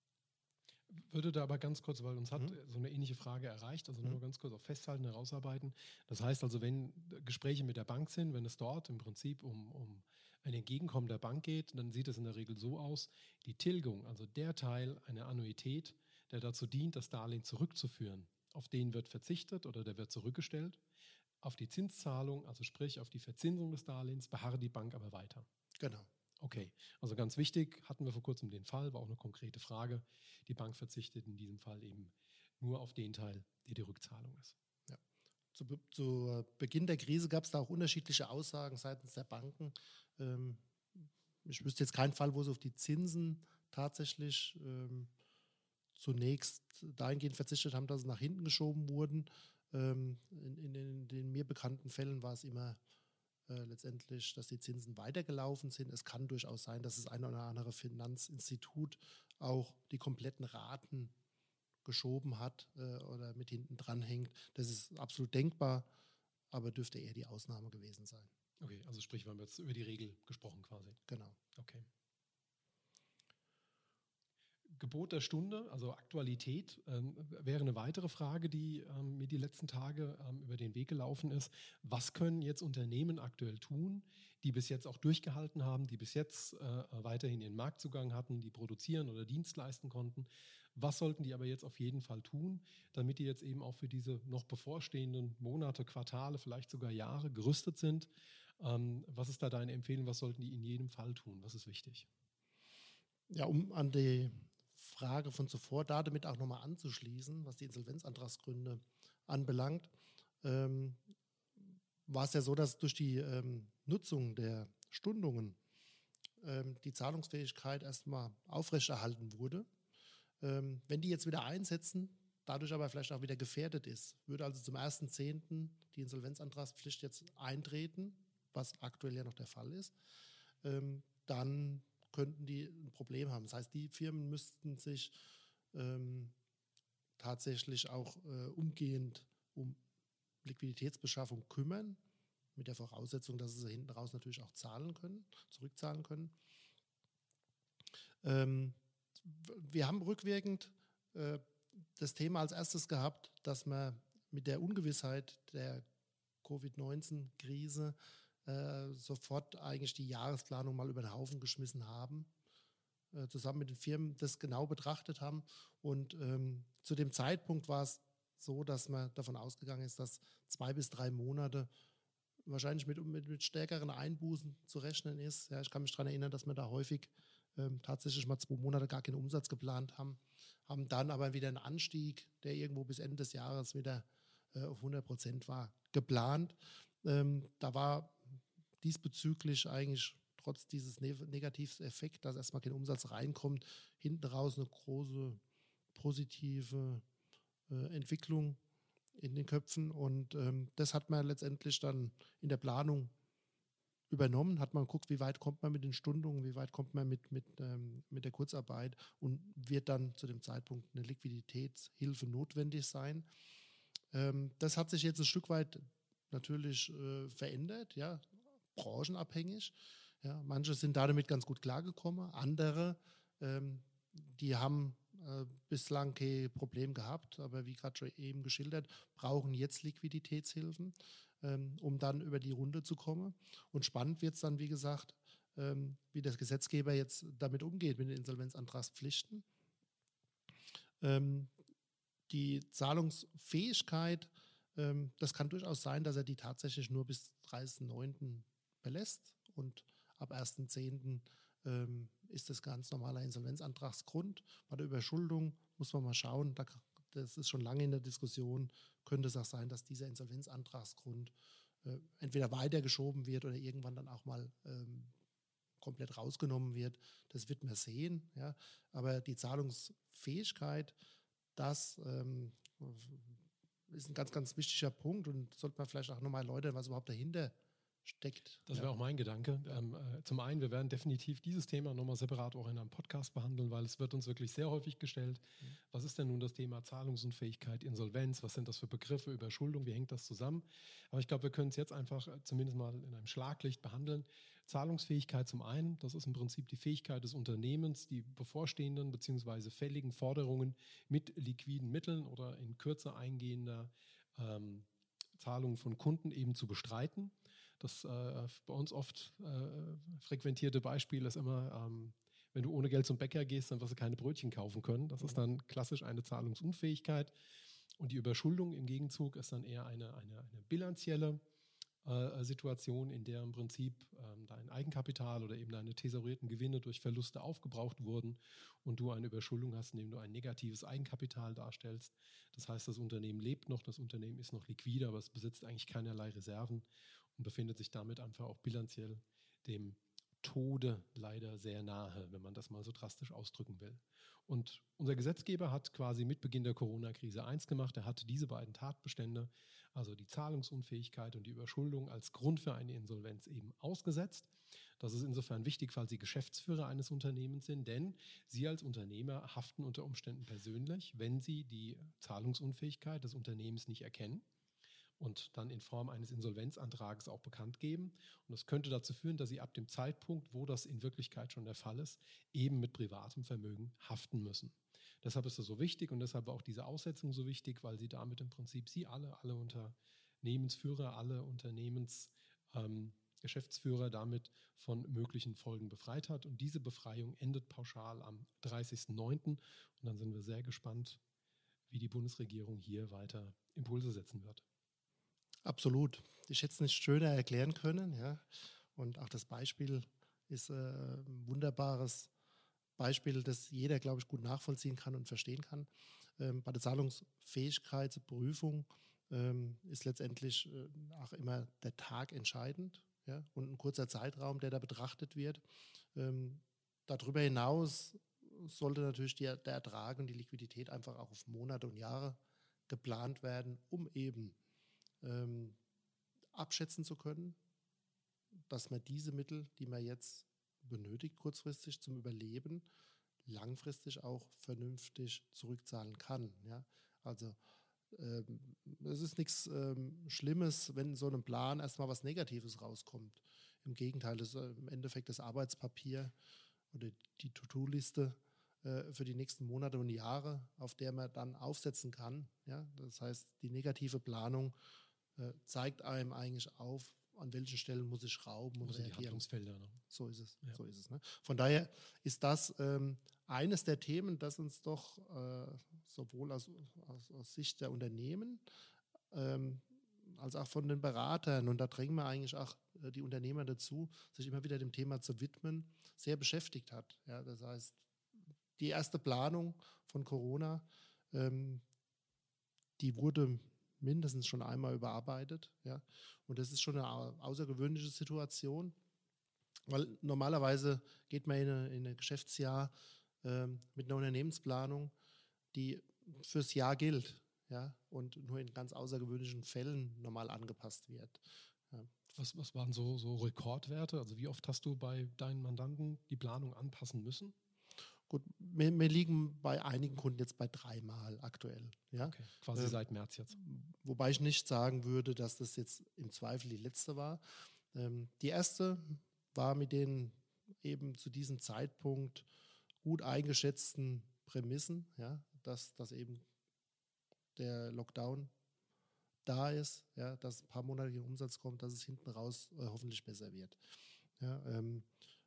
Würde da aber ganz kurz, weil uns hat mhm. so eine ähnliche Frage erreicht, also nur mhm. ganz kurz auf Festhalten, herausarbeiten. Das heißt also, wenn Gespräche mit der Bank sind, wenn es dort im Prinzip um, um ein Entgegenkommen der Bank geht, dann sieht es in der Regel so aus, die Tilgung, also der Teil einer Annuität, der dazu dient, das Darlehen zurückzuführen, auf den wird verzichtet oder der wird zurückgestellt. Auf die Zinszahlung, also sprich auf die Verzinsung des Darlehens, beharrt die Bank aber weiter. Genau. Okay, also ganz wichtig, hatten wir vor kurzem den Fall, war auch eine konkrete Frage. Die Bank verzichtet in diesem Fall eben nur auf den Teil, der die Rückzahlung ist. Ja. Zu, Be- zu Beginn der Krise gab es da auch unterschiedliche Aussagen seitens der Banken. Ähm, ich wüsste jetzt keinen Fall, wo sie auf die Zinsen tatsächlich ähm, zunächst dahingehend verzichtet haben, dass sie nach hinten geschoben wurden. Ähm, in, in, in den mir bekannten Fällen war es immer äh, letztendlich, dass die Zinsen weitergelaufen sind. Es kann durchaus sein, dass das eine oder andere Finanzinstitut auch die kompletten Raten geschoben hat äh, oder mit hinten dran hängt. Das ist absolut denkbar, aber dürfte eher die Ausnahme gewesen sein. Okay, also sprich, wir haben jetzt über die Regel gesprochen quasi. Genau. Okay. Gebot der Stunde, also Aktualität, ähm, wäre eine weitere Frage, die ähm, mir die letzten Tage ähm, über den Weg gelaufen ist. Was können jetzt Unternehmen aktuell tun, die bis jetzt auch durchgehalten haben, die bis jetzt äh, weiterhin ihren Marktzugang hatten, die produzieren oder Dienst leisten konnten? Was sollten die aber jetzt auf jeden Fall tun, damit die jetzt eben auch für diese noch bevorstehenden Monate, Quartale, vielleicht sogar Jahre gerüstet sind? Ähm, was ist da deine Empfehlung? Was sollten die in jedem Fall tun? Was ist wichtig? Ja, um an die Frage von zuvor da damit auch nochmal anzuschließen, was die Insolvenzantragsgründe anbelangt, ähm, war es ja so, dass durch die ähm, Nutzung der Stundungen ähm, die Zahlungsfähigkeit erstmal aufrechterhalten wurde. Ähm, wenn die jetzt wieder einsetzen, dadurch aber vielleicht auch wieder gefährdet ist, würde also zum ersten zehnten die Insolvenzantragspflicht jetzt eintreten, was aktuell ja noch der Fall ist, ähm, dann könnten die ein Problem haben. Das heißt, die Firmen müssten sich ähm, tatsächlich auch äh, umgehend um Liquiditätsbeschaffung kümmern, mit der Voraussetzung, dass sie hinten raus natürlich auch zahlen können, zurückzahlen können. Ähm, wir haben rückwirkend äh, das Thema als erstes gehabt, dass man mit der Ungewissheit der Covid neunzehn Krise äh, sofort eigentlich die Jahresplanung mal über den Haufen geschmissen haben, äh, zusammen mit den Firmen das genau betrachtet haben. Und ähm, zu dem Zeitpunkt war es so, dass man davon ausgegangen ist, dass zwei bis drei Monate wahrscheinlich mit, mit, mit stärkeren Einbußen zu rechnen ist. Ja, ich kann mich daran erinnern, dass wir da häufig ähm, tatsächlich mal zwei Monate gar keinen Umsatz geplant haben, haben dann aber wieder einen Anstieg, der irgendwo bis Ende des Jahres wieder äh, auf hundert Prozent war, geplant. Ähm, da war diesbezüglich eigentlich trotz dieses ne- Negativeffekts, dass erstmal kein Umsatz reinkommt, hinten raus eine große positive äh, Entwicklung in den Köpfen. Und ähm, das hat man letztendlich dann in der Planung übernommen, hat man geguckt, wie weit kommt man mit den Stundungen, wie weit kommt man mit, mit, ähm, mit der Kurzarbeit und wird dann zu dem Zeitpunkt eine Liquiditätshilfe notwendig sein. Ähm, das hat sich jetzt ein Stück weit natürlich äh, verändert, ja, branchenabhängig. Ja, manche sind damit ganz gut klargekommen, andere, ähm, die haben äh, bislang kein Problem gehabt, aber wie gerade schon eben geschildert, brauchen jetzt Liquiditätshilfen, ähm, um dann über die Runde zu kommen. Und spannend wird es dann, wie gesagt, ähm, wie der Gesetzgeber jetzt damit umgeht, mit den Insolvenzantragspflichten. Ähm, die Zahlungsfähigkeit, ähm, das kann durchaus sein, dass er die tatsächlich nur bis dreißigsten neunten belässt und ab ersten zehnten ähm, ist das ganz normaler Insolvenzantragsgrund. Bei der Überschuldung muss man mal schauen, da, das ist schon lange in der Diskussion, könnte es auch sein, dass dieser Insolvenzantragsgrund äh, entweder weitergeschoben wird oder irgendwann dann auch mal ähm, komplett rausgenommen wird. Das wird man sehen. Ja. Aber die Zahlungsfähigkeit, das ähm, ist ein ganz, ganz wichtiger Punkt und sollte man vielleicht auch nochmal erläutern, was überhaupt dahinter steckt. Das wäre ja. auch mein Gedanke. Ja. Ähm, äh, zum einen, wir werden definitiv dieses Thema nochmal separat auch in einem Podcast behandeln, weil es wird uns wirklich sehr häufig gestellt. Mhm. Was ist denn nun das Thema Zahlungsunfähigkeit, Insolvenz? Was sind das für Begriffe, Überschuldung? Wie hängt das zusammen? Aber ich glaube, wir können es jetzt einfach zumindest mal in einem Schlaglicht behandeln. Zahlungsfähigkeit zum einen, das ist im Prinzip die Fähigkeit des Unternehmens, die bevorstehenden bzw. fälligen Forderungen mit liquiden Mitteln oder in Kürze eingehender ähm, Zahlungen von Kunden eben zu bestreiten. Das äh, bei uns oft äh, frequentierte Beispiel ist immer, ähm, wenn du ohne Geld zum Bäcker gehst, dann wirst du keine Brötchen kaufen können. Das ist dann klassisch eine Zahlungsunfähigkeit. Und die Überschuldung im Gegenzug ist dann eher eine, eine, eine bilanzielle äh, Situation, in der im Prinzip ähm, dein Eigenkapital oder eben deine tesorierten Gewinne durch Verluste aufgebraucht wurden und du eine Überschuldung hast, indem du ein negatives Eigenkapital darstellst. Das heißt, das Unternehmen lebt noch, das Unternehmen ist noch liquide, aber es besitzt eigentlich keinerlei Reserven und befindet sich damit einfach auch bilanziell dem Tode leider sehr nahe, wenn man das mal so drastisch ausdrücken will. Und unser Gesetzgeber hat quasi mit Beginn der Corona-Krise eins gemacht. Er hat diese beiden Tatbestände, also die Zahlungsunfähigkeit und die Überschuldung, als Grund für eine Insolvenz eben ausgesetzt. Das ist insofern wichtig, weil Sie Geschäftsführer eines Unternehmens sind, denn Sie als Unternehmer haften unter Umständen persönlich, wenn Sie die Zahlungsunfähigkeit des Unternehmens nicht erkennen und dann in Form eines Insolvenzantrags auch bekannt geben. Und das könnte dazu führen, dass Sie ab dem Zeitpunkt, wo das in Wirklichkeit schon der Fall ist, eben mit privatem Vermögen haften müssen. Deshalb ist das so wichtig und deshalb auch diese Aussetzung so wichtig, weil Sie damit im Prinzip Sie alle, alle Unternehmensführer, alle Unternehmensgeschäftsführer ähm, damit von möglichen Folgen befreit hat. Und diese Befreiung endet pauschal am dreißigsten neunten Und dann sind wir sehr gespannt, wie die Bundesregierung hier weiter Impulse setzen wird. Absolut. Ich hätte es nicht schöner erklären können. Ja. Und auch das Beispiel ist äh, ein wunderbares Beispiel, das jeder, glaube ich, gut nachvollziehen kann und verstehen kann. Ähm, bei der Zahlungsfähigkeitsprüfung ähm, ist letztendlich äh, auch immer der Tag entscheidend, ja, und ein kurzer Zeitraum, der da betrachtet wird. Ähm, darüber hinaus sollte natürlich die, der Ertrag und die Liquidität einfach auch auf Monate und Jahre geplant werden, um eben Ähm, abschätzen zu können, dass man diese Mittel, die man jetzt benötigt, kurzfristig zum Überleben, langfristig auch vernünftig zurückzahlen kann. Ja? Also ähm, es ist nichts ähm, Schlimmes, wenn in so einem Plan erstmal was Negatives rauskommt. Im Gegenteil, das ist äh, im Endeffekt das Arbeitspapier oder die To-Do-Liste äh, für die nächsten Monate und Jahre, auf der man dann aufsetzen kann. Ja? Das heißt, die negative Planung zeigt einem eigentlich auf, an welchen Stellen muss ich schrauben und also reagieren. Die Handlungsfelder. Ne? So ist es. Ja. So ist es, ne? Von daher ist das ähm, eines der Themen, das uns doch äh, sowohl aus, aus, aus Sicht der Unternehmen ähm, als auch von den Beratern, und da drängen wir eigentlich auch äh, die Unternehmer dazu, sich immer wieder dem Thema zu widmen, sehr beschäftigt hat. Ja, das heißt, die erste Planung von Corona, ähm, die wurde mindestens schon einmal überarbeitet. Ja. Und das ist schon eine außergewöhnliche Situation, weil normalerweise geht man in, eine, in ein Geschäftsjahr ähm, mit einer Unternehmensplanung, die fürs Jahr gilt, ja, und nur in ganz außergewöhnlichen Fällen normal angepasst wird. Ja. Was, was waren so, so Rekordwerte? Also wie oft hast du bei deinen Mandanten die Planung anpassen müssen? Gut, wir, wir liegen bei einigen Kunden jetzt bei dreimal aktuell. Ja? Okay, quasi ähm, seit März jetzt. Wobei ich nicht sagen würde, dass das jetzt im Zweifel die letzte war. Ähm, die erste war mit den eben zu diesem Zeitpunkt gut eingeschätzten Prämissen, ja? dass, dass eben der Lockdown da ist, ja? dass ein paar monatlicher Umsatz kommt, dass es hinten raus äh, hoffentlich besser wird. Ja, ähm,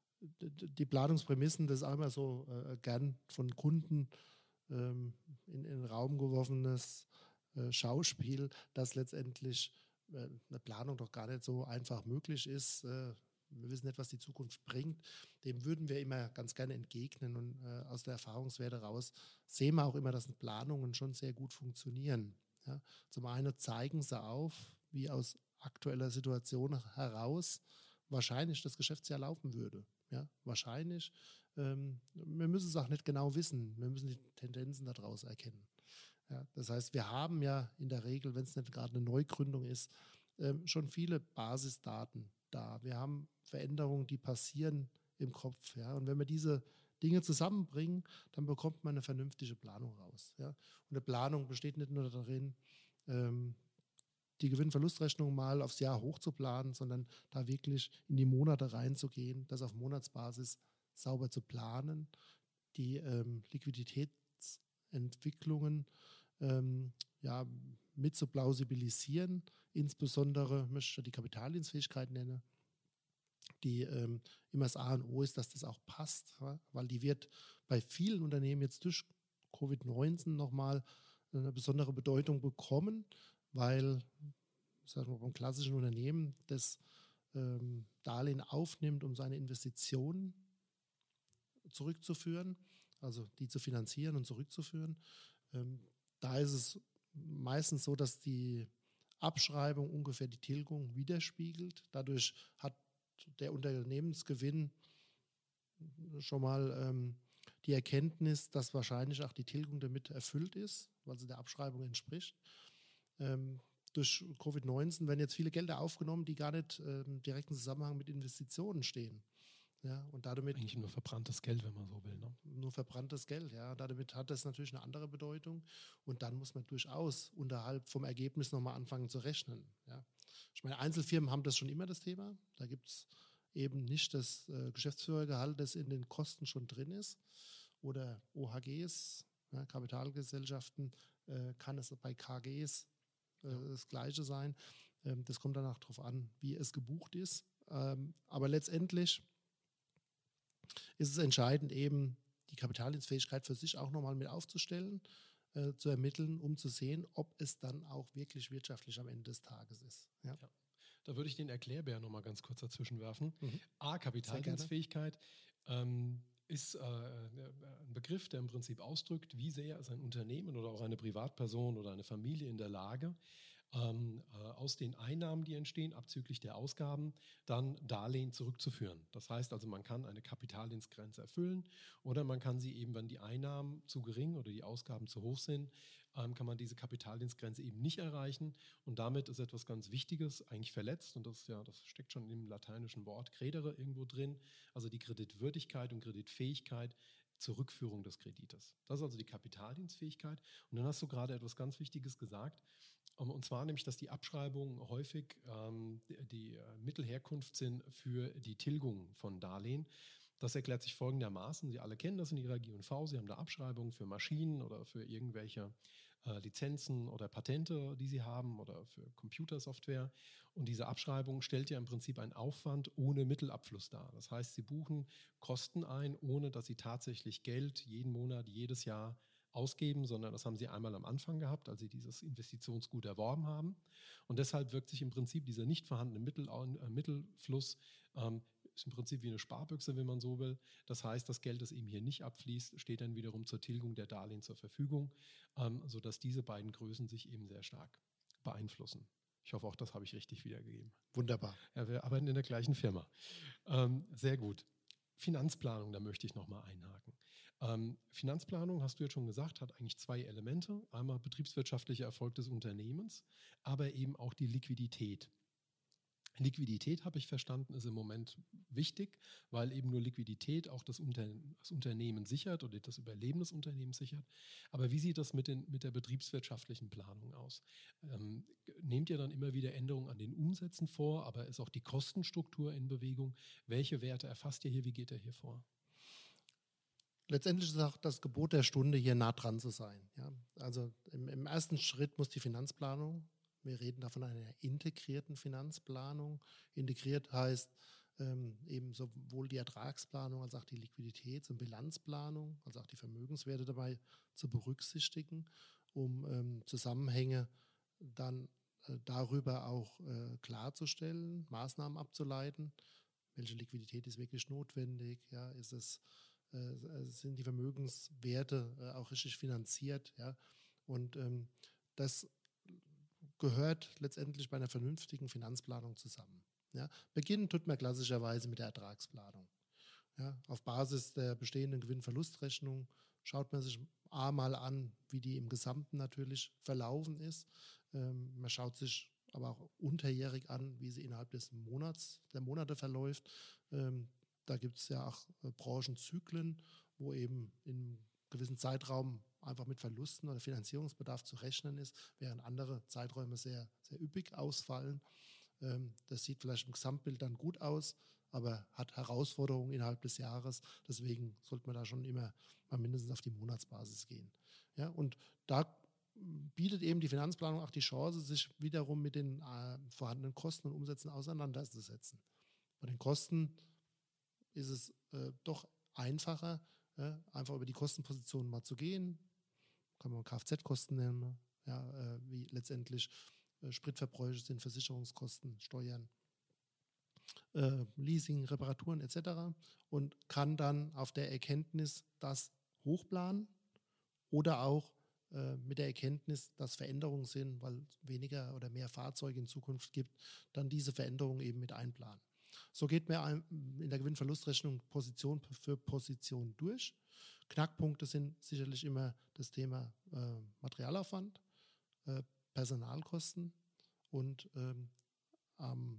die Planungsprämissen, das ist auch immer so äh, gern von Kunden ähm, in, in den Raum geworfenes äh, Schauspiel, dass letztendlich äh, eine Planung doch gar nicht so einfach möglich ist. Äh, wir wissen nicht, was die Zukunft bringt. Dem würden wir immer ganz gerne entgegnen, und äh, aus der Erfahrungswerte raus sehen wir auch immer, dass Planungen schon sehr gut funktionieren. Ja? Zum einen zeigen sie auf, wie aus aktueller Situation heraus wahrscheinlich das Geschäftsjahr laufen würde. Ja, wahrscheinlich. Ähm, wir müssen es auch nicht genau wissen. Wir müssen die Tendenzen daraus erkennen. Ja, das heißt, wir haben ja in der Regel, wenn es nicht gerade eine Neugründung ist, ähm, schon viele Basisdaten da. Wir haben Veränderungen, die passieren im Kopf. Ja, und wenn wir diese Dinge zusammenbringen, dann bekommt man eine vernünftige Planung raus. Ja. Und eine Planung besteht nicht nur darin, ähm, die Gewinn-Verlustrechnung mal aufs Jahr hochzuplanen, sondern da wirklich in die Monate reinzugehen, das auf Monatsbasis sauber zu planen, die ähm, Liquiditätsentwicklungen ähm, ja, mit zu plausibilisieren, insbesondere möchte ich die Kapitaldienstfähigkeit nennen, die ähm, immer das A und O ist, dass das auch passt, ja? Weil die wird bei vielen Unternehmen jetzt durch Covid neunzehn nochmal eine besondere Bedeutung bekommen, weil, sagen wir, beim klassischen Unternehmen das ähm, Darlehen aufnimmt, um seine Investitionen zurückzuführen, also die zu finanzieren und zurückzuführen. Ähm, da ist es meistens so, dass die Abschreibung ungefähr die Tilgung widerspiegelt. Dadurch hat der Unternehmensgewinn schon mal ähm, die Erkenntnis, dass wahrscheinlich auch die Tilgung damit erfüllt ist, weil sie der Abschreibung entspricht. Ähm, durch Covid neunzehn werden jetzt viele Gelder aufgenommen, die gar nicht ähm, direkt im Zusammenhang mit Investitionen stehen. Ja, und damit eigentlich nur verbranntes Geld, wenn man so will. Ne? Nur verbranntes Geld, ja. Damit hat das natürlich eine andere Bedeutung. Und dann muss man durchaus unterhalb vom Ergebnis nochmal anfangen zu rechnen. Ja. Ich meine, Einzelfirmen haben das schon immer das Thema. Da gibt es eben nicht das äh, Geschäftsführergehalt, das in den Kosten schon drin ist. Oder O H Gs, ja, Kapitalgesellschaften, äh, kann es bei K Gs äh, ja. das Gleiche sein. Ähm, das kommt danach darauf an, wie es gebucht ist. Ähm, aber letztendlich ist es entscheidend, eben die Kapitaldienstfähigkeit für sich auch nochmal mit aufzustellen, äh, zu ermitteln, um zu sehen, ob es dann auch wirklich wirtschaftlich am Ende des Tages ist. Ja. Ja. Da würde ich den Erklärbär nochmal ganz kurz dazwischen werfen. Mhm. A, Kapitaldienstfähigkeit ähm, ist äh, ein Begriff, der im Prinzip ausdrückt, wie sehr ist ein Unternehmen oder auch eine Privatperson oder eine Familie in der Lage, Ähm, äh, aus den Einnahmen, die entstehen, abzüglich der Ausgaben, dann Darlehen zurückzuführen. Das heißt also, man kann eine Kapitaldienstgrenze erfüllen oder man kann sie eben, wenn die Einnahmen zu gering oder die Ausgaben zu hoch sind, ähm, kann man diese Kapitaldienstgrenze eben nicht erreichen und damit ist etwas ganz Wichtiges eigentlich verletzt und das, ist ja, das steckt schon im lateinischen Wort credere irgendwo drin, also die Kreditwürdigkeit und Kreditfähigkeit zur Rückführung des Kredites. Das ist also die Kapitaldienstfähigkeit und dann hast du gerade etwas ganz Wichtiges gesagt, und zwar nämlich, dass die Abschreibungen häufig ähm, die, die Mittelherkunft sind für die Tilgung von Darlehen. Das erklärt sich folgendermaßen. Sie alle kennen das in ihrer G und V. Sie haben da Abschreibungen für Maschinen oder für irgendwelche äh, Lizenzen oder Patente, die sie haben oder für Computersoftware. Und diese Abschreibung stellt ja im Prinzip einen Aufwand ohne Mittelabfluss dar. Das heißt, sie buchen Kosten ein, ohne dass sie tatsächlich Geld jeden Monat, jedes Jahr ausgeben, sondern das haben sie einmal am Anfang gehabt, als sie dieses Investitionsgut erworben haben. Und deshalb wirkt sich im Prinzip dieser nicht vorhandene Mittel, äh, Mittelfluss, ähm, ist im Prinzip wie eine Sparbüchse, wenn man so will. Das heißt, das Geld, das eben hier nicht abfließt, steht dann wiederum zur Tilgung der Darlehen zur Verfügung, ähm, sodass diese beiden Größen sich eben sehr stark beeinflussen. Ich hoffe, auch das habe ich richtig wiedergegeben. Wunderbar. Ja, wir arbeiten in der gleichen Firma. Ähm, sehr gut. Finanzplanung, da möchte ich nochmal einhaken. Ähm, Finanzplanung, hast du jetzt schon gesagt, hat eigentlich zwei Elemente. Einmal betriebswirtschaftlicher Erfolg des Unternehmens, aber eben auch die Liquidität. Liquidität, habe ich verstanden, ist im Moment wichtig, weil eben nur Liquidität auch das, Unter- das Unternehmen sichert oder das Überleben des Unternehmens sichert. Aber wie sieht das mit, den, mit der betriebswirtschaftlichen Planung aus? Ähm, nehmt ihr dann immer wieder Änderungen an den Umsätzen vor, aber ist auch die Kostenstruktur in Bewegung? Welche Werte erfasst ihr hier? Wie geht ihr hier vor? Letztendlich ist auch das Gebot der Stunde, hier nah dran zu sein. Ja? Also im, im ersten Schritt muss die Finanzplanung, wir reden da von einer integrierten Finanzplanung. Integriert heißt ähm, eben sowohl die Ertragsplanung als auch die Liquiditäts- und Bilanzplanung, als auch die Vermögenswerte dabei zu berücksichtigen, um ähm, Zusammenhänge dann äh, darüber auch äh, klarzustellen, Maßnahmen abzuleiten. Welche Liquidität ist wirklich notwendig? Ja, ist es Äh, sind die Vermögenswerte äh, auch richtig finanziert. Ja? Und ähm, das gehört letztendlich bei einer vernünftigen Finanzplanung zusammen. Ja? Beginnen tut man klassischerweise mit der Ertragsplanung. Ja? Auf Basis der bestehenden Gewinn-Verlustrechnung schaut man sich A mal an, wie die im Gesamten natürlich verlaufen ist. Ähm, man schaut sich aber auch unterjährig an, wie sie innerhalb des Monats, der Monate verläuft. Ähm, Da gibt es ja auch äh, Branchenzyklen, wo eben in einem gewissen Zeitraum einfach mit Verlusten oder Finanzierungsbedarf zu rechnen ist, während andere Zeiträume sehr, sehr üppig ausfallen. Ähm, das sieht vielleicht im Gesamtbild dann gut aus, aber hat Herausforderungen innerhalb des Jahres. Deswegen sollte man da schon immer mal mindestens auf die Monatsbasis gehen. Ja, und da bietet eben die Finanzplanung auch die Chance, sich wiederum mit den äh, vorhandenen Kosten und Umsätzen auseinanderzusetzen. Bei den Kosten ist es äh, doch einfacher, äh, einfach über die Kostenpositionen mal zu gehen. Kann man Kfz-Kosten nennen, ja, äh, wie letztendlich äh, Spritverbräuche sind, Versicherungskosten, Steuern, äh, Leasing, Reparaturen et cetera. Und kann dann auf der Erkenntnis das hochplanen oder auch äh, mit der Erkenntnis, dass Veränderungen sind, weil es weniger oder mehr Fahrzeuge in Zukunft gibt, dann diese Veränderungen eben mit einplanen. So geht man in der Gewinn-Verlust-Rechnung Position für Position durch. Knackpunkte sind sicherlich immer das Thema äh, Materialaufwand, äh, Personalkosten und ähm, am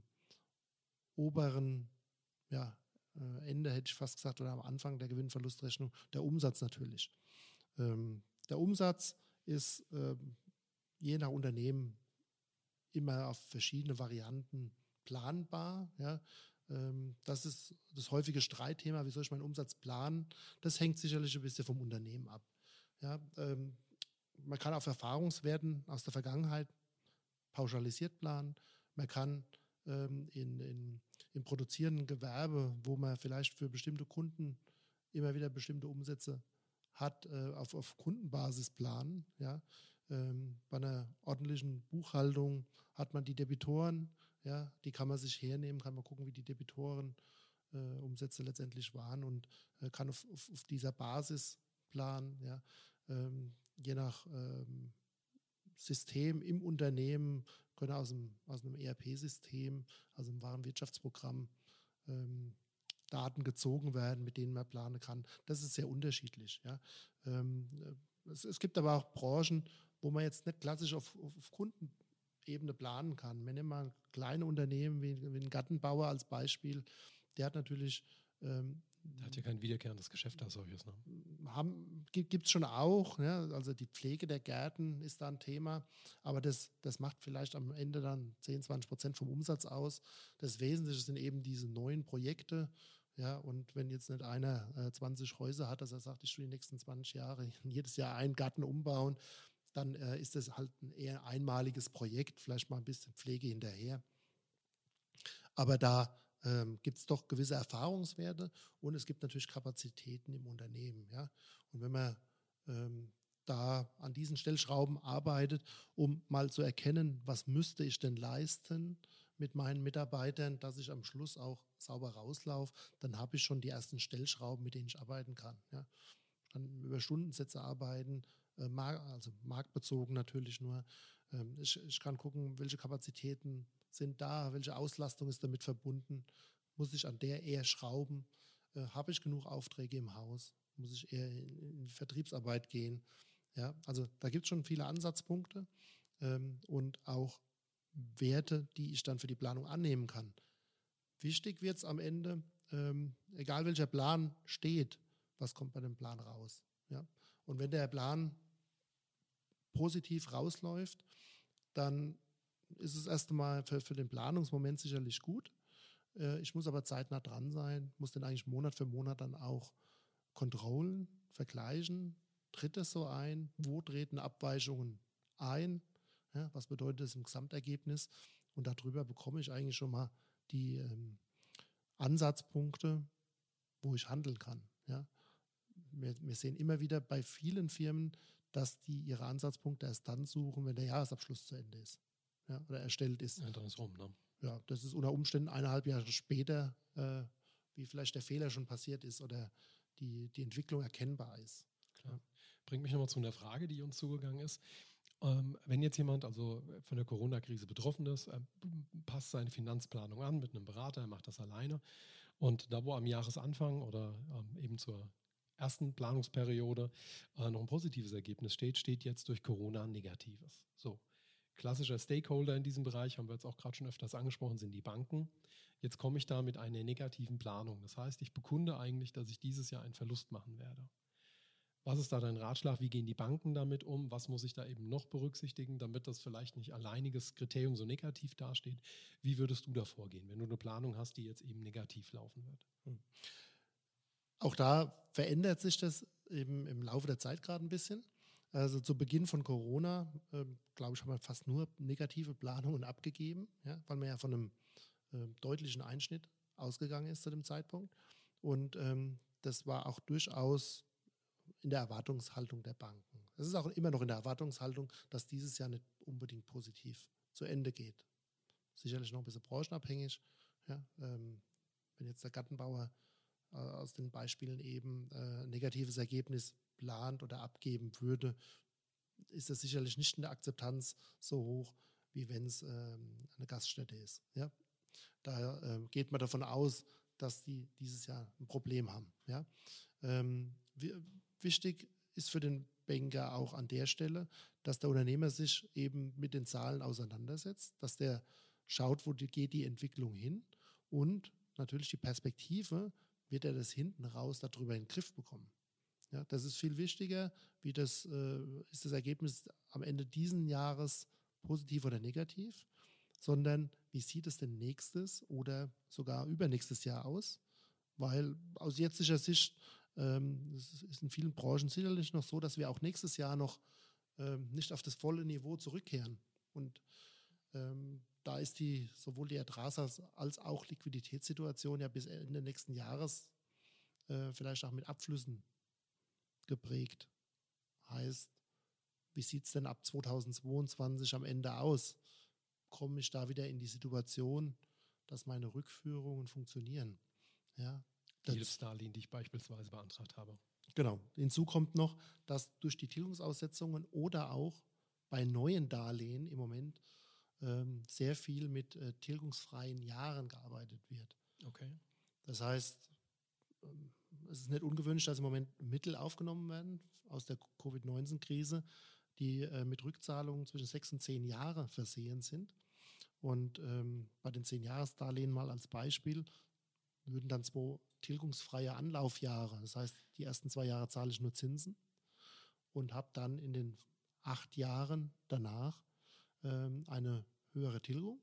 oberen ja, äh, Ende, hätte ich fast gesagt, oder am Anfang der Gewinn-Verlust-Rechnung der Umsatz natürlich. Ähm, der Umsatz ist äh, je nach Unternehmen immer auf verschiedene Varianten planbar. Ja. Ähm, das ist das häufige Streitthema, wie soll ich meinen Umsatz planen? Das hängt sicherlich ein bisschen vom Unternehmen ab. Ja, ähm, man kann auf Erfahrungswerten aus der Vergangenheit pauschalisiert planen. Man kann ähm, in, in, im produzierenden Gewerbe, wo man vielleicht für bestimmte Kunden immer wieder bestimmte Umsätze hat, äh, auf, auf Kundenbasis planen. Ja. Ähm, bei einer ordentlichen Buchhaltung hat man die Debitoren, ja, die kann man sich hernehmen, kann man gucken, wie die Debitoren äh, Umsätze letztendlich waren und äh, kann auf, auf, auf dieser Basis planen. Ja. Ähm, je nach ähm, System im Unternehmen können aus einem, aus einem E R P-System, also einem Warenwirtschaftsprogramm, ähm, Daten gezogen werden, mit denen man planen kann. Das ist sehr unterschiedlich. Ja. Ähm, es, es gibt aber auch Branchen, wo man jetzt nicht klassisch auf, auf, auf Kundenebene planen kann. Wir nehmen mal kleine Unternehmen wie, wie einen Gartenbauer als Beispiel. Der hat natürlich ähm, Der hat ja kein wiederkehrendes Geschäft als solches. Ne? Gibt es schon auch. Ja, also die Pflege der Gärten ist da ein Thema. Aber das, das macht vielleicht am Ende dann zehn, zwanzig Prozent vom Umsatz aus. Das Wesentliche sind eben diese neuen Projekte. Ja, und wenn jetzt nicht einer äh, zwanzig Häuser hat, dass er sagt, ich will die nächsten zwanzig Jahre jedes Jahr einen Garten umbauen, dann äh, ist das halt ein eher einmaliges Projekt, vielleicht mal ein bisschen Pflege hinterher. Aber da ähm, gibt es doch gewisse Erfahrungswerte und es gibt natürlich Kapazitäten im Unternehmen. Ja? Und wenn man ähm, da an diesen Stellschrauben arbeitet, um mal zu erkennen, was müsste ich denn leisten mit meinen Mitarbeitern, dass ich am Schluss auch sauber rauslaufe, dann habe ich schon die ersten Stellschrauben, mit denen ich arbeiten kann. Ja? Ich kann über Stundensätze arbeiten, äh, also marktbezogen natürlich nur. Ähm, ich, ich kann gucken, welche Kapazitäten sind da, welche Auslastung ist damit verbunden, muss ich an der eher schrauben, äh, habe ich genug Aufträge im Haus, muss ich eher in, in die Vertriebsarbeit gehen. Ja? Also da gibt es schon viele Ansatzpunkte ähm, und auch Werte, die ich dann für die Planung annehmen kann. Wichtig wird es am Ende, ähm, egal welcher Plan steht, was kommt bei dem Plan raus. Ja? Und wenn der Plan positiv rausläuft, dann ist es erst einmal für, für den Planungsmoment sicherlich gut. Äh, ich muss aber zeitnah dran sein, muss den eigentlich Monat für Monat dann auch kontrollen, vergleichen. Tritt es so ein? Wo treten Abweichungen ein? Ja, was bedeutet das im Gesamtergebnis? Und darüber bekomme ich eigentlich schon mal die ähm, Ansatzpunkte, wo ich handeln kann. Ja? Wir, wir sehen immer wieder bei vielen Firmen, dass die ihre Ansatzpunkte erst dann suchen, wenn der Jahresabschluss zu Ende ist, ja, oder erstellt ist. Ja, dann ist rum, ne? Ja, das ist unter Umständen eineinhalb Jahre später, äh, wie vielleicht der Fehler schon passiert ist oder die, die Entwicklung erkennbar ist. Klar. Bringt mich nochmal zu einer Frage, die uns zugegangen ist. Ähm, wenn jetzt jemand also von der Corona-Krise betroffen ist, äh, passt seine Finanzplanung an mit einem Berater, er macht das alleine und da, wo am Jahresanfang oder ähm, eben zur ersten Planungsperiode äh, noch ein positives Ergebnis steht, steht jetzt durch Corona ein negatives. So, klassischer Stakeholder in diesem Bereich, haben wir jetzt auch gerade schon öfters angesprochen, sind die Banken. Jetzt komme ich da mit einer negativen Planung. Das heißt, ich bekunde eigentlich, dass ich dieses Jahr einen Verlust machen werde. Was ist da dein Ratschlag? Wie gehen die Banken damit um? Was muss ich da eben noch berücksichtigen, damit das vielleicht nicht alleiniges Kriterium so negativ dasteht? Wie würdest du da vorgehen, wenn du eine Planung hast, die jetzt eben negativ laufen wird? Hm. Auch da verändert sich das eben im Laufe der Zeit gerade ein bisschen. Also zu Beginn von Corona, äh, glaube ich, haben wir fast nur negative Planungen abgegeben, ja, weil man ja von einem äh, deutlichen Einschnitt ausgegangen ist zu dem Zeitpunkt. Und ähm, das war auch durchaus in der Erwartungshaltung der Banken. Es ist auch immer noch in der Erwartungshaltung, dass dieses Jahr nicht unbedingt positiv zu Ende geht. Sicherlich noch ein bisschen branchenabhängig. Ja, ähm, wenn jetzt der Gartenbauer äh, aus den Beispielen eben äh, ein negatives Ergebnis plant oder abgeben würde, ist das sicherlich nicht in der Akzeptanz so hoch, wie wenn es ähm, eine Gaststätte ist. Ja? Da äh, geht man davon aus, dass die dieses Jahr ein Problem haben. Ja? Ähm, wir, wichtig ist für den Banker auch an der Stelle, dass der Unternehmer sich eben mit den Zahlen auseinandersetzt, dass der schaut, wo die, geht die Entwicklung hin und natürlich die Perspektive, wird er das hinten raus darüber in den Griff bekommen. Ja, das ist viel wichtiger, wie das, äh, ist das Ergebnis am Ende dieses Jahres positiv oder negativ, sondern wie sieht es denn nächstes oder sogar übernächstes Jahr aus? Weil aus jetziger Sicht ähm, es ist in vielen Branchen sicherlich noch so, dass wir auch nächstes Jahr noch ähm, nicht auf das volle Niveau zurückkehren. Und ähm, da ist die sowohl die Ertrags- als auch Liquiditätssituation ja bis Ende nächsten Jahres äh, vielleicht auch mit Abflüssen geprägt. Heißt, wie sieht es denn ab zweitausendzweiundzwanzig am Ende aus? Komme ich da wieder in die Situation, dass meine Rückführungen funktionieren? Ja, die Hilfsdarlehen, die ich beispielsweise beantragt habe. Genau. Hinzu kommt noch, dass durch die Tilgungsaussetzungen oder auch bei neuen Darlehen im Moment ähm, sehr viel mit äh, tilgungsfreien Jahren gearbeitet wird. Okay. Das heißt, ähm, es ist nicht ungewöhnlich, dass im Moment Mittel aufgenommen werden aus der Covid neunzehn Krise, die äh, mit Rückzahlungen zwischen sechs und zehn Jahre versehen sind. Und ähm, bei den zehn-Jahres-Darlehen mal als Beispiel würden dann zwei tilgungsfreie Anlaufjahre, das heißt, die ersten zwei Jahre zahle ich nur Zinsen und habe dann in den acht Jahren danach ähm, eine höhere Tilgung,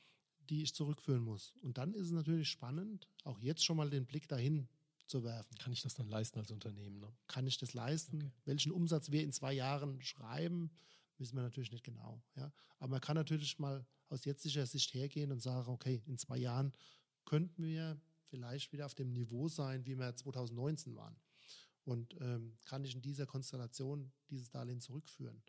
die ich zurückführen muss. Und dann ist es natürlich spannend, auch jetzt schon mal den Blick dahin zu werfen. Kann ich das dann leisten als Unternehmen? Ne? Kann ich das leisten? Okay. Welchen Umsatz wir in zwei Jahren schreiben, wissen wir natürlich nicht genau. Ja? Aber man kann natürlich mal aus jetziger Sicht hergehen und sagen, okay, in zwei Jahren könnten wir vielleicht wieder auf dem Niveau sein, wie wir zweitausendneunzehn waren. Und ähm, kann ich in dieser Konstellation dieses Darlehen zurückführen.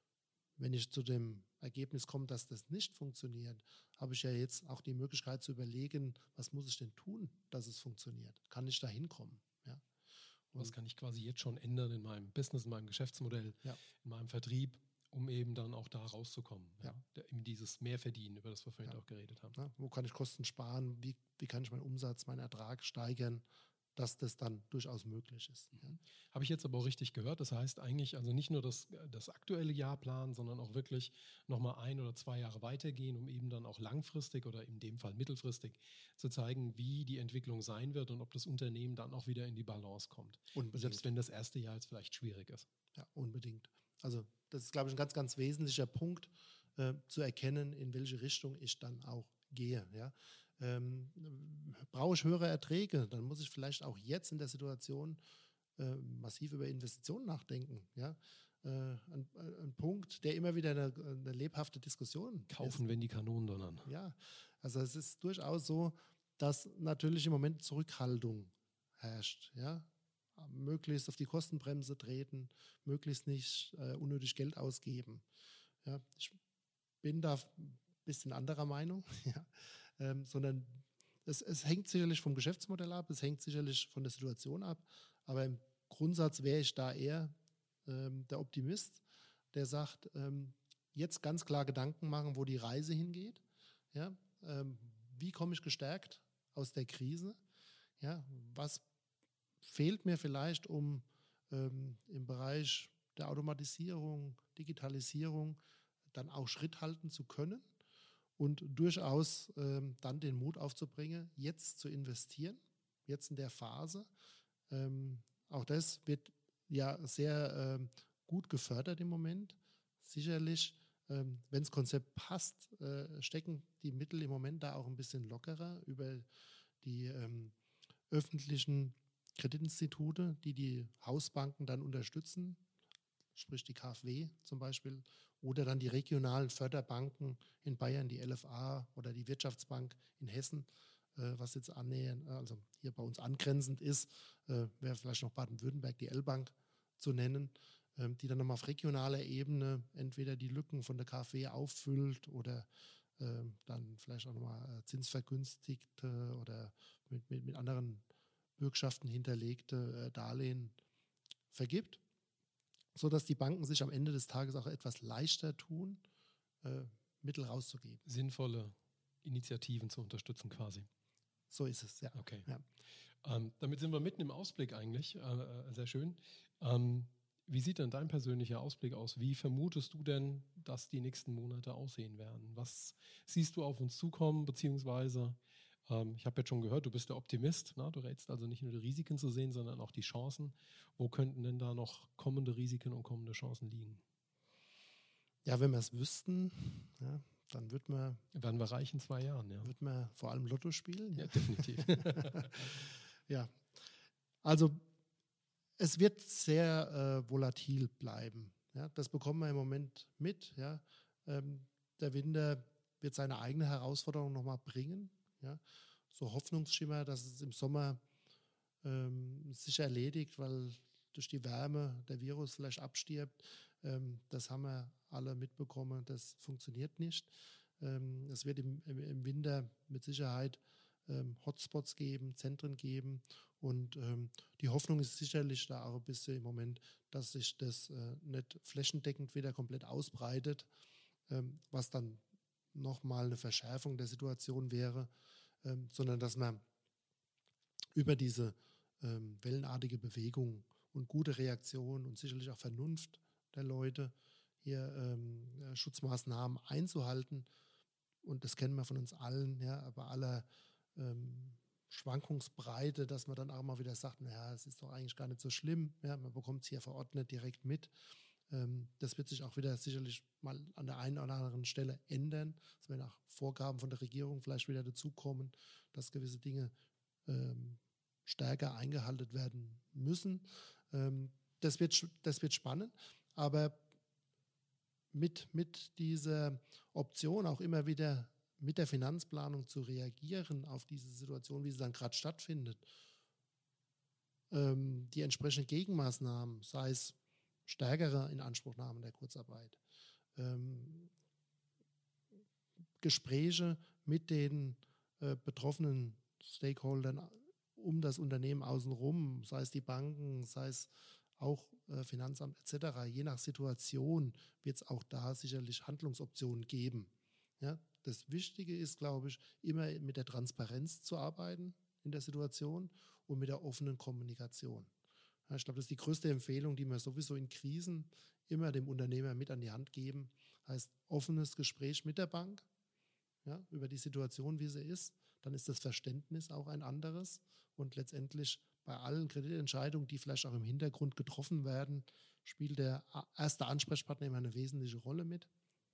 Wenn ich zu dem Ergebnis komme, dass das nicht funktioniert, habe ich ja jetzt auch die Möglichkeit zu überlegen, was muss ich denn tun, dass es funktioniert? Kann ich da hinkommen? Ja? Was kann ich quasi jetzt schon ändern in meinem Business, in meinem Geschäftsmodell, ja. in meinem Vertrieb, um eben dann auch da rauszukommen. Ja. Ja. Eben dieses Mehrverdienen, über das wir vorhin ja. auch geredet haben. Ja, wo kann ich Kosten sparen? Wie, wie kann ich meinen Umsatz, meinen Ertrag steigern, dass das dann durchaus möglich ist. Mhm. Ja. Habe ich jetzt aber auch richtig gehört. Das heißt eigentlich also nicht nur das, das aktuelle Jahr planen, sondern auch wirklich nochmal ein oder zwei Jahre weitergehen, um eben dann auch langfristig oder in dem Fall mittelfristig zu zeigen, wie die Entwicklung sein wird und ob das Unternehmen dann auch wieder in die Balance kommt. Unbedingt. Selbst wenn das erste Jahr jetzt vielleicht schwierig ist. Ja, unbedingt. Also das ist, glaube ich, ein ganz, ganz wesentlicher Punkt, äh, zu erkennen, in welche Richtung ich dann auch gehe. Ja. Ähm, brauche ich höhere Erträge, dann muss ich vielleicht auch jetzt in der Situation äh, massiv über Investitionen nachdenken. Ja. Äh, ein, ein Punkt, der immer wieder eine, eine lebhafte Diskussion Kaufen, ist. Wenn die Kanonen donnern. Ja, also es ist durchaus so, dass natürlich im Moment Zurückhaltung herrscht. Ja. Möglichst auf die Kostenbremse treten, möglichst nicht äh, unnötig Geld ausgeben. Ja, ich bin da ein bisschen anderer Meinung, ja, ähm, sondern es, es hängt sicherlich vom Geschäftsmodell ab, es hängt sicherlich von der Situation ab, aber im Grundsatz wäre ich da eher ähm, der Optimist, der sagt, ähm, jetzt ganz klar Gedanken machen, wo die Reise hingeht, ja, ähm, wie komme ich gestärkt aus der Krise, ja, was fehlt mir vielleicht, um ähm, im Bereich der Automatisierung, Digitalisierung dann auch Schritt halten zu können und durchaus ähm, dann den Mut aufzubringen, jetzt zu investieren, jetzt in der Phase. Ähm, auch das wird ja sehr ähm, gut gefördert im Moment. Sicherlich, ähm, wenn das Konzept passt, äh, stecken die Mittel im Moment da auch ein bisschen lockerer über die ähm, öffentlichen Kreditinstitute, die die Hausbanken dann unterstützen, sprich die K f W zum Beispiel, oder dann die regionalen Förderbanken in Bayern, die L F A oder die Wirtschaftsbank in Hessen, äh, was jetzt annähernd, also hier bei uns angrenzend ist, äh, wäre vielleicht noch Baden-Württemberg, die L-Bank zu nennen, ähm, die dann nochmal auf regionaler Ebene entweder die Lücken von der K f W auffüllt oder äh, dann vielleicht auch nochmal zinsvergünstigte oder mit, mit, mit anderen Bürgschaften hinterlegte äh, Darlehen vergibt, sodass die Banken sich am Ende des Tages auch etwas leichter tun, äh, Mittel rauszugeben. Sinnvolle Initiativen zu unterstützen quasi. So ist es, ja. Okay. Ja. Ähm, damit sind wir mitten im Ausblick eigentlich. Äh, sehr schön. Ähm, wie sieht denn dein persönlicher Ausblick aus? Wie vermutest du denn, dass die nächsten Monate aussehen werden? Was siehst du auf uns zukommen, beziehungsweise ähm, ich habe jetzt schon gehört, du bist der Optimist. Na? Du rätst also nicht nur die Risiken zu sehen, sondern auch die Chancen. Wo könnten denn da noch kommende Risiken und kommende Chancen liegen? Ja, wenn wir es wüssten, ja, dann wird man... Werden wir reich in zwei Jahren, ja. Wird man vor allem Lotto spielen. Ja, ja definitiv. Ja, also es wird sehr äh, volatil bleiben. Ja, das bekommen wir im Moment mit. Ja. Ähm, der Winter wird seine eigene Herausforderung nochmal bringen. Ja. So Hoffnungsschimmer, dass es im Sommer ähm, sich erledigt, weil durch die Wärme der Virus vielleicht abstirbt. Ähm, das haben wir alle mitbekommen. Das funktioniert nicht. Ähm, es wird im, im, im Winter mit Sicherheit ähm, Hotspots geben, Zentren geben. Und ähm, die Hoffnung ist sicherlich da auch ein bisschen im Moment, dass sich das äh, nicht flächendeckend wieder komplett ausbreitet, ähm, was dann nochmal eine Verschärfung der Situation wäre, ähm, sondern dass man über diese ähm, wellenartige Bewegung und gute Reaktion und sicherlich auch Vernunft der Leute hier ähm, Schutzmaßnahmen einzuhalten. Und das kennen wir von uns allen, ja, aber aller ähm, Schwankungsbreite, dass man dann auch mal wieder sagt, naja, es ist doch eigentlich gar nicht so schlimm. Ja, man bekommt es hier vor Ort nicht direkt mit. Ähm, das wird sich auch wieder sicherlich mal an der einen oder anderen Stelle ändern. Es werden auch Vorgaben von der Regierung vielleicht wieder dazukommen, dass gewisse Dinge ähm, stärker eingehalten werden müssen. Ähm, das wird, das wird spannend, aber mit, mit dieser Option auch immer wieder mit der Finanzplanung zu reagieren auf diese Situation, wie sie dann gerade stattfindet, ähm, die entsprechenden Gegenmaßnahmen, sei es stärkere Inanspruchnahme der Kurzarbeit, ähm, Gespräche mit den äh, betroffenen Stakeholdern um das Unternehmen außenrum, sei es die Banken, sei es auch äh, Finanzamt et cetera. Je nach Situation wird es auch da sicherlich Handlungsoptionen geben. Ja, das Wichtige ist, glaube ich, immer mit der Transparenz zu arbeiten in der Situation und mit der offenen Kommunikation. Ja, ich glaube, das ist die größte Empfehlung, die wir sowieso in Krisen immer dem Unternehmer mit an die Hand geben. Heißt offenes Gespräch mit der Bank, ja, über die Situation, wie sie ist. Dann ist das Verständnis auch ein anderes. Und letztendlich bei allen Kreditentscheidungen, die vielleicht auch im Hintergrund getroffen werden, spielt der erste Ansprechpartner immer eine wesentliche Rolle mit,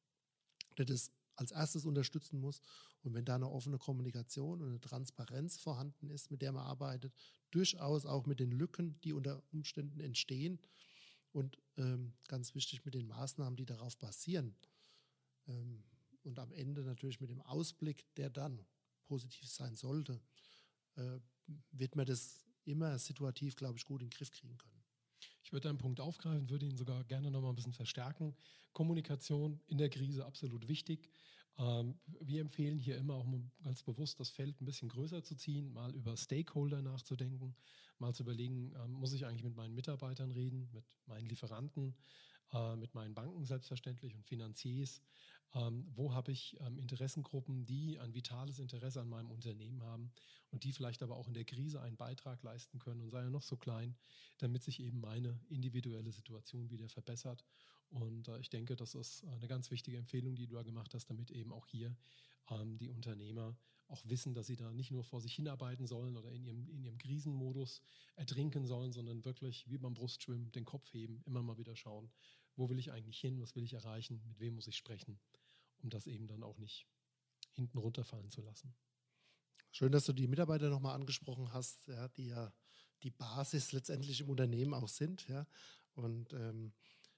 der das als erstes unterstützen muss. Und wenn da eine offene Kommunikation und eine Transparenz vorhanden ist, mit der man arbeitet, durchaus auch mit den Lücken, die unter Umständen entstehen und ähm, ganz wichtig mit den Maßnahmen, die darauf basieren, ähm, und am Ende natürlich mit dem Ausblick, der dann positiv sein sollte, äh, wird man das immer situativ, glaube ich, gut in den Griff kriegen können. Ich würde einen Punkt aufgreifen, würde ihn sogar gerne noch mal ein bisschen verstärken. Kommunikation in der Krise absolut wichtig. Ähm, wir empfehlen hier immer auch ganz bewusst, das Feld ein bisschen größer zu ziehen, mal über Stakeholder nachzudenken, mal zu überlegen, ähm, muss ich eigentlich mit meinen Mitarbeitern reden, mit meinen Lieferanten, äh, mit meinen Banken selbstverständlich und Finanziers. Ähm, wo habe ich ähm, Interessengruppen, die ein vitales Interesse an meinem Unternehmen haben und die vielleicht aber auch in der Krise einen Beitrag leisten können und sei er noch so klein, damit sich eben meine individuelle Situation wieder verbessert. Und äh, ich denke, das ist eine ganz wichtige Empfehlung, die du da gemacht hast, damit eben auch hier ähm, die Unternehmer auch wissen, dass sie da nicht nur vor sich hinarbeiten sollen oder in ihrem, in ihrem Krisenmodus ertrinken sollen, sondern wirklich wie beim Brustschwimmen den Kopf heben, immer mal wieder schauen, wo will ich eigentlich hin, was will ich erreichen, mit wem muss ich sprechen, um das eben dann auch nicht hinten runterfallen zu lassen. Schön, dass du die Mitarbeiter nochmal angesprochen hast, ja, die ja die Basis letztendlich im Unternehmen auch sind. Ja. Und ähm,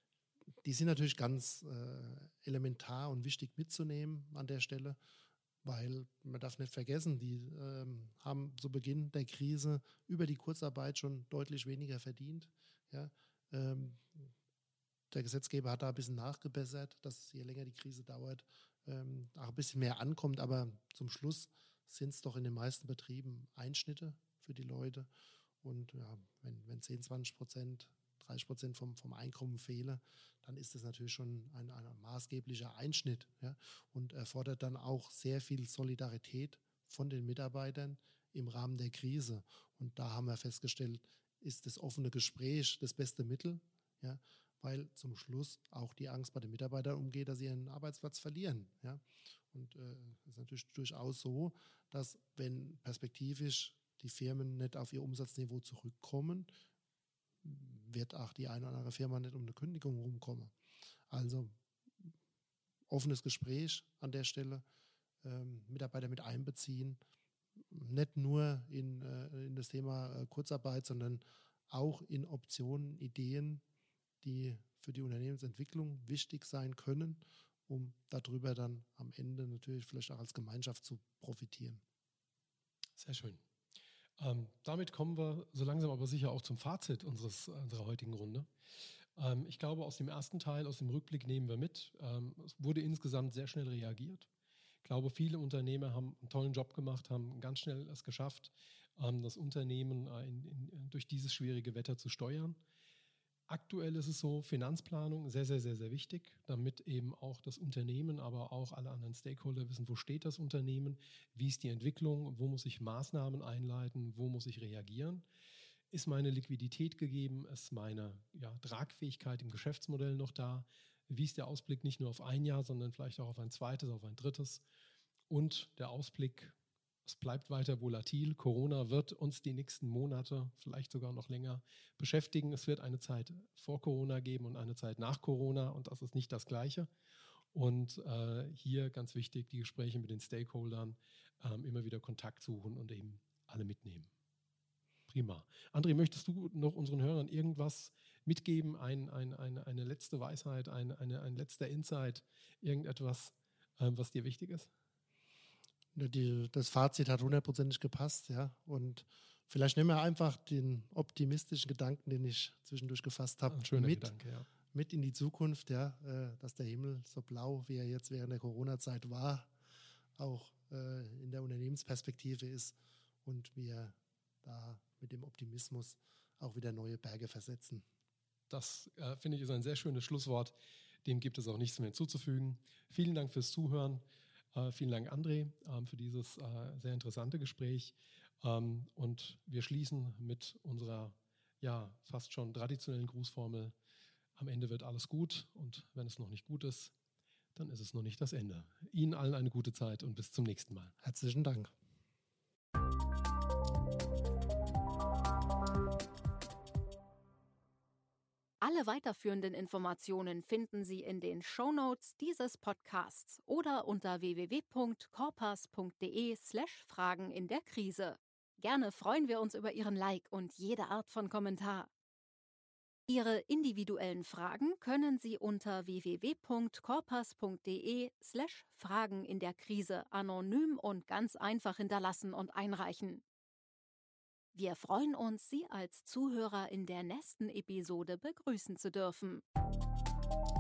die sind natürlich ganz äh, elementar und wichtig mitzunehmen an der Stelle, weil man darf nicht vergessen, die ähm, haben zu Beginn der Krise über die Kurzarbeit schon deutlich weniger verdient. Ja? Ähm, der Gesetzgeber hat da ein bisschen nachgebessert, dass je länger die Krise dauert, ähm, auch ein bisschen mehr ankommt. Aber zum Schluss sind es doch in den meisten Betrieben Einschnitte für die Leute. Und ja, wenn, wenn zehn, zwanzig Prozent, dreißig Prozent vom, vom Einkommen fehlen, dann ist das natürlich schon ein, ein maßgeblicher Einschnitt, ja, und erfordert dann auch sehr viel Solidarität von den Mitarbeitern im Rahmen der Krise. Und da haben wir festgestellt, ist das offene Gespräch das beste Mittel, ja, weil zum Schluss auch die Angst bei den Mitarbeitern umgeht, dass sie ihren Arbeitsplatz verlieren. Ja. Und es äh, ist natürlich durchaus so, dass wenn perspektivisch die Firmen nicht auf ihr Umsatzniveau zurückkommen, wird auch die eine oder andere Firma nicht um eine Kündigung rumkommen. Also offenes Gespräch an der Stelle, ähm, Mitarbeiter mit einbeziehen, nicht nur in, äh, in das Thema äh, Kurzarbeit, sondern auch in Optionen, Ideen, die für die Unternehmensentwicklung wichtig sein können, um darüber dann am Ende natürlich vielleicht auch als Gemeinschaft zu profitieren. Sehr schön. Ähm, damit kommen wir so langsam aber sicher auch zum Fazit unseres, unserer heutigen Runde. Ähm, ich glaube, aus dem ersten Teil, aus dem Rückblick nehmen wir mit. Ähm, es wurde insgesamt sehr schnell reagiert. Ich glaube, viele Unternehmer haben einen tollen Job gemacht, haben ganz schnell es geschafft, ähm, das Unternehmen äh, in, in, durch dieses schwierige Wetter zu steuern. Aktuell ist es so, Finanzplanung sehr, sehr, sehr, sehr wichtig, damit eben auch das Unternehmen, aber auch alle anderen Stakeholder wissen, wo steht das Unternehmen, wie ist die Entwicklung, wo muss ich Maßnahmen einleiten, wo muss ich reagieren. Ist meine Liquidität gegeben, ist meine ja, Tragfähigkeit im Geschäftsmodell noch da, wie ist der Ausblick nicht nur auf ein Jahr, sondern vielleicht auch auf ein zweites, auf ein drittes und der Ausblick, es bleibt weiter volatil. Corona wird uns die nächsten Monate, vielleicht sogar noch länger, beschäftigen. Es wird eine Zeit vor Corona geben und eine Zeit nach Corona und das ist nicht das Gleiche. Und äh, hier ganz wichtig, die Gespräche mit den Stakeholdern, ähm, immer wieder Kontakt suchen und eben alle mitnehmen. Prima. André, möchtest du noch unseren Hörern irgendwas mitgeben? Ein, ein, ein, eine letzte Weisheit, ein, eine, ein letzter Insight, irgendetwas, äh, was dir wichtig ist? Die, das Fazit hat hundertprozentig gepasst, ja. Und vielleicht nehmen wir einfach den optimistischen Gedanken, den ich zwischendurch gefasst habe, mit, Gedanke, ja. mit in die Zukunft, ja, äh, dass der Himmel so blau, wie er jetzt während der Corona-Zeit war, auch äh, in der Unternehmensperspektive ist und wir da mit dem Optimismus auch wieder neue Berge versetzen. Das, äh, finde ich, ist ein sehr schönes Schlusswort. Dem gibt es auch nichts mehr hinzuzufügen. Vielen Dank fürs Zuhören. Uh, vielen Dank, André, uh, für dieses uh, sehr interessante Gespräch. Um, und wir schließen mit unserer ja, fast schon traditionellen Grußformel. Am Ende wird alles gut und wenn es noch nicht gut ist, dann ist es noch nicht das Ende. Ihnen allen eine gute Zeit und bis zum nächsten Mal. Herzlichen Dank. Alle weiterführenden Informationen finden Sie in den Shownotes dieses Podcasts oder unter w w w punkt corpers punkt d e slash Fragen in der Krise. Gerne freuen wir uns über Ihren Like und jede Art von Kommentar. Ihre individuellen Fragen können Sie unter w w w punkt corpers punkt d e slash Fragen in der Krise anonym und ganz einfach hinterlassen und einreichen. Wir freuen uns, Sie als Zuhörer in der nächsten Episode begrüßen zu dürfen.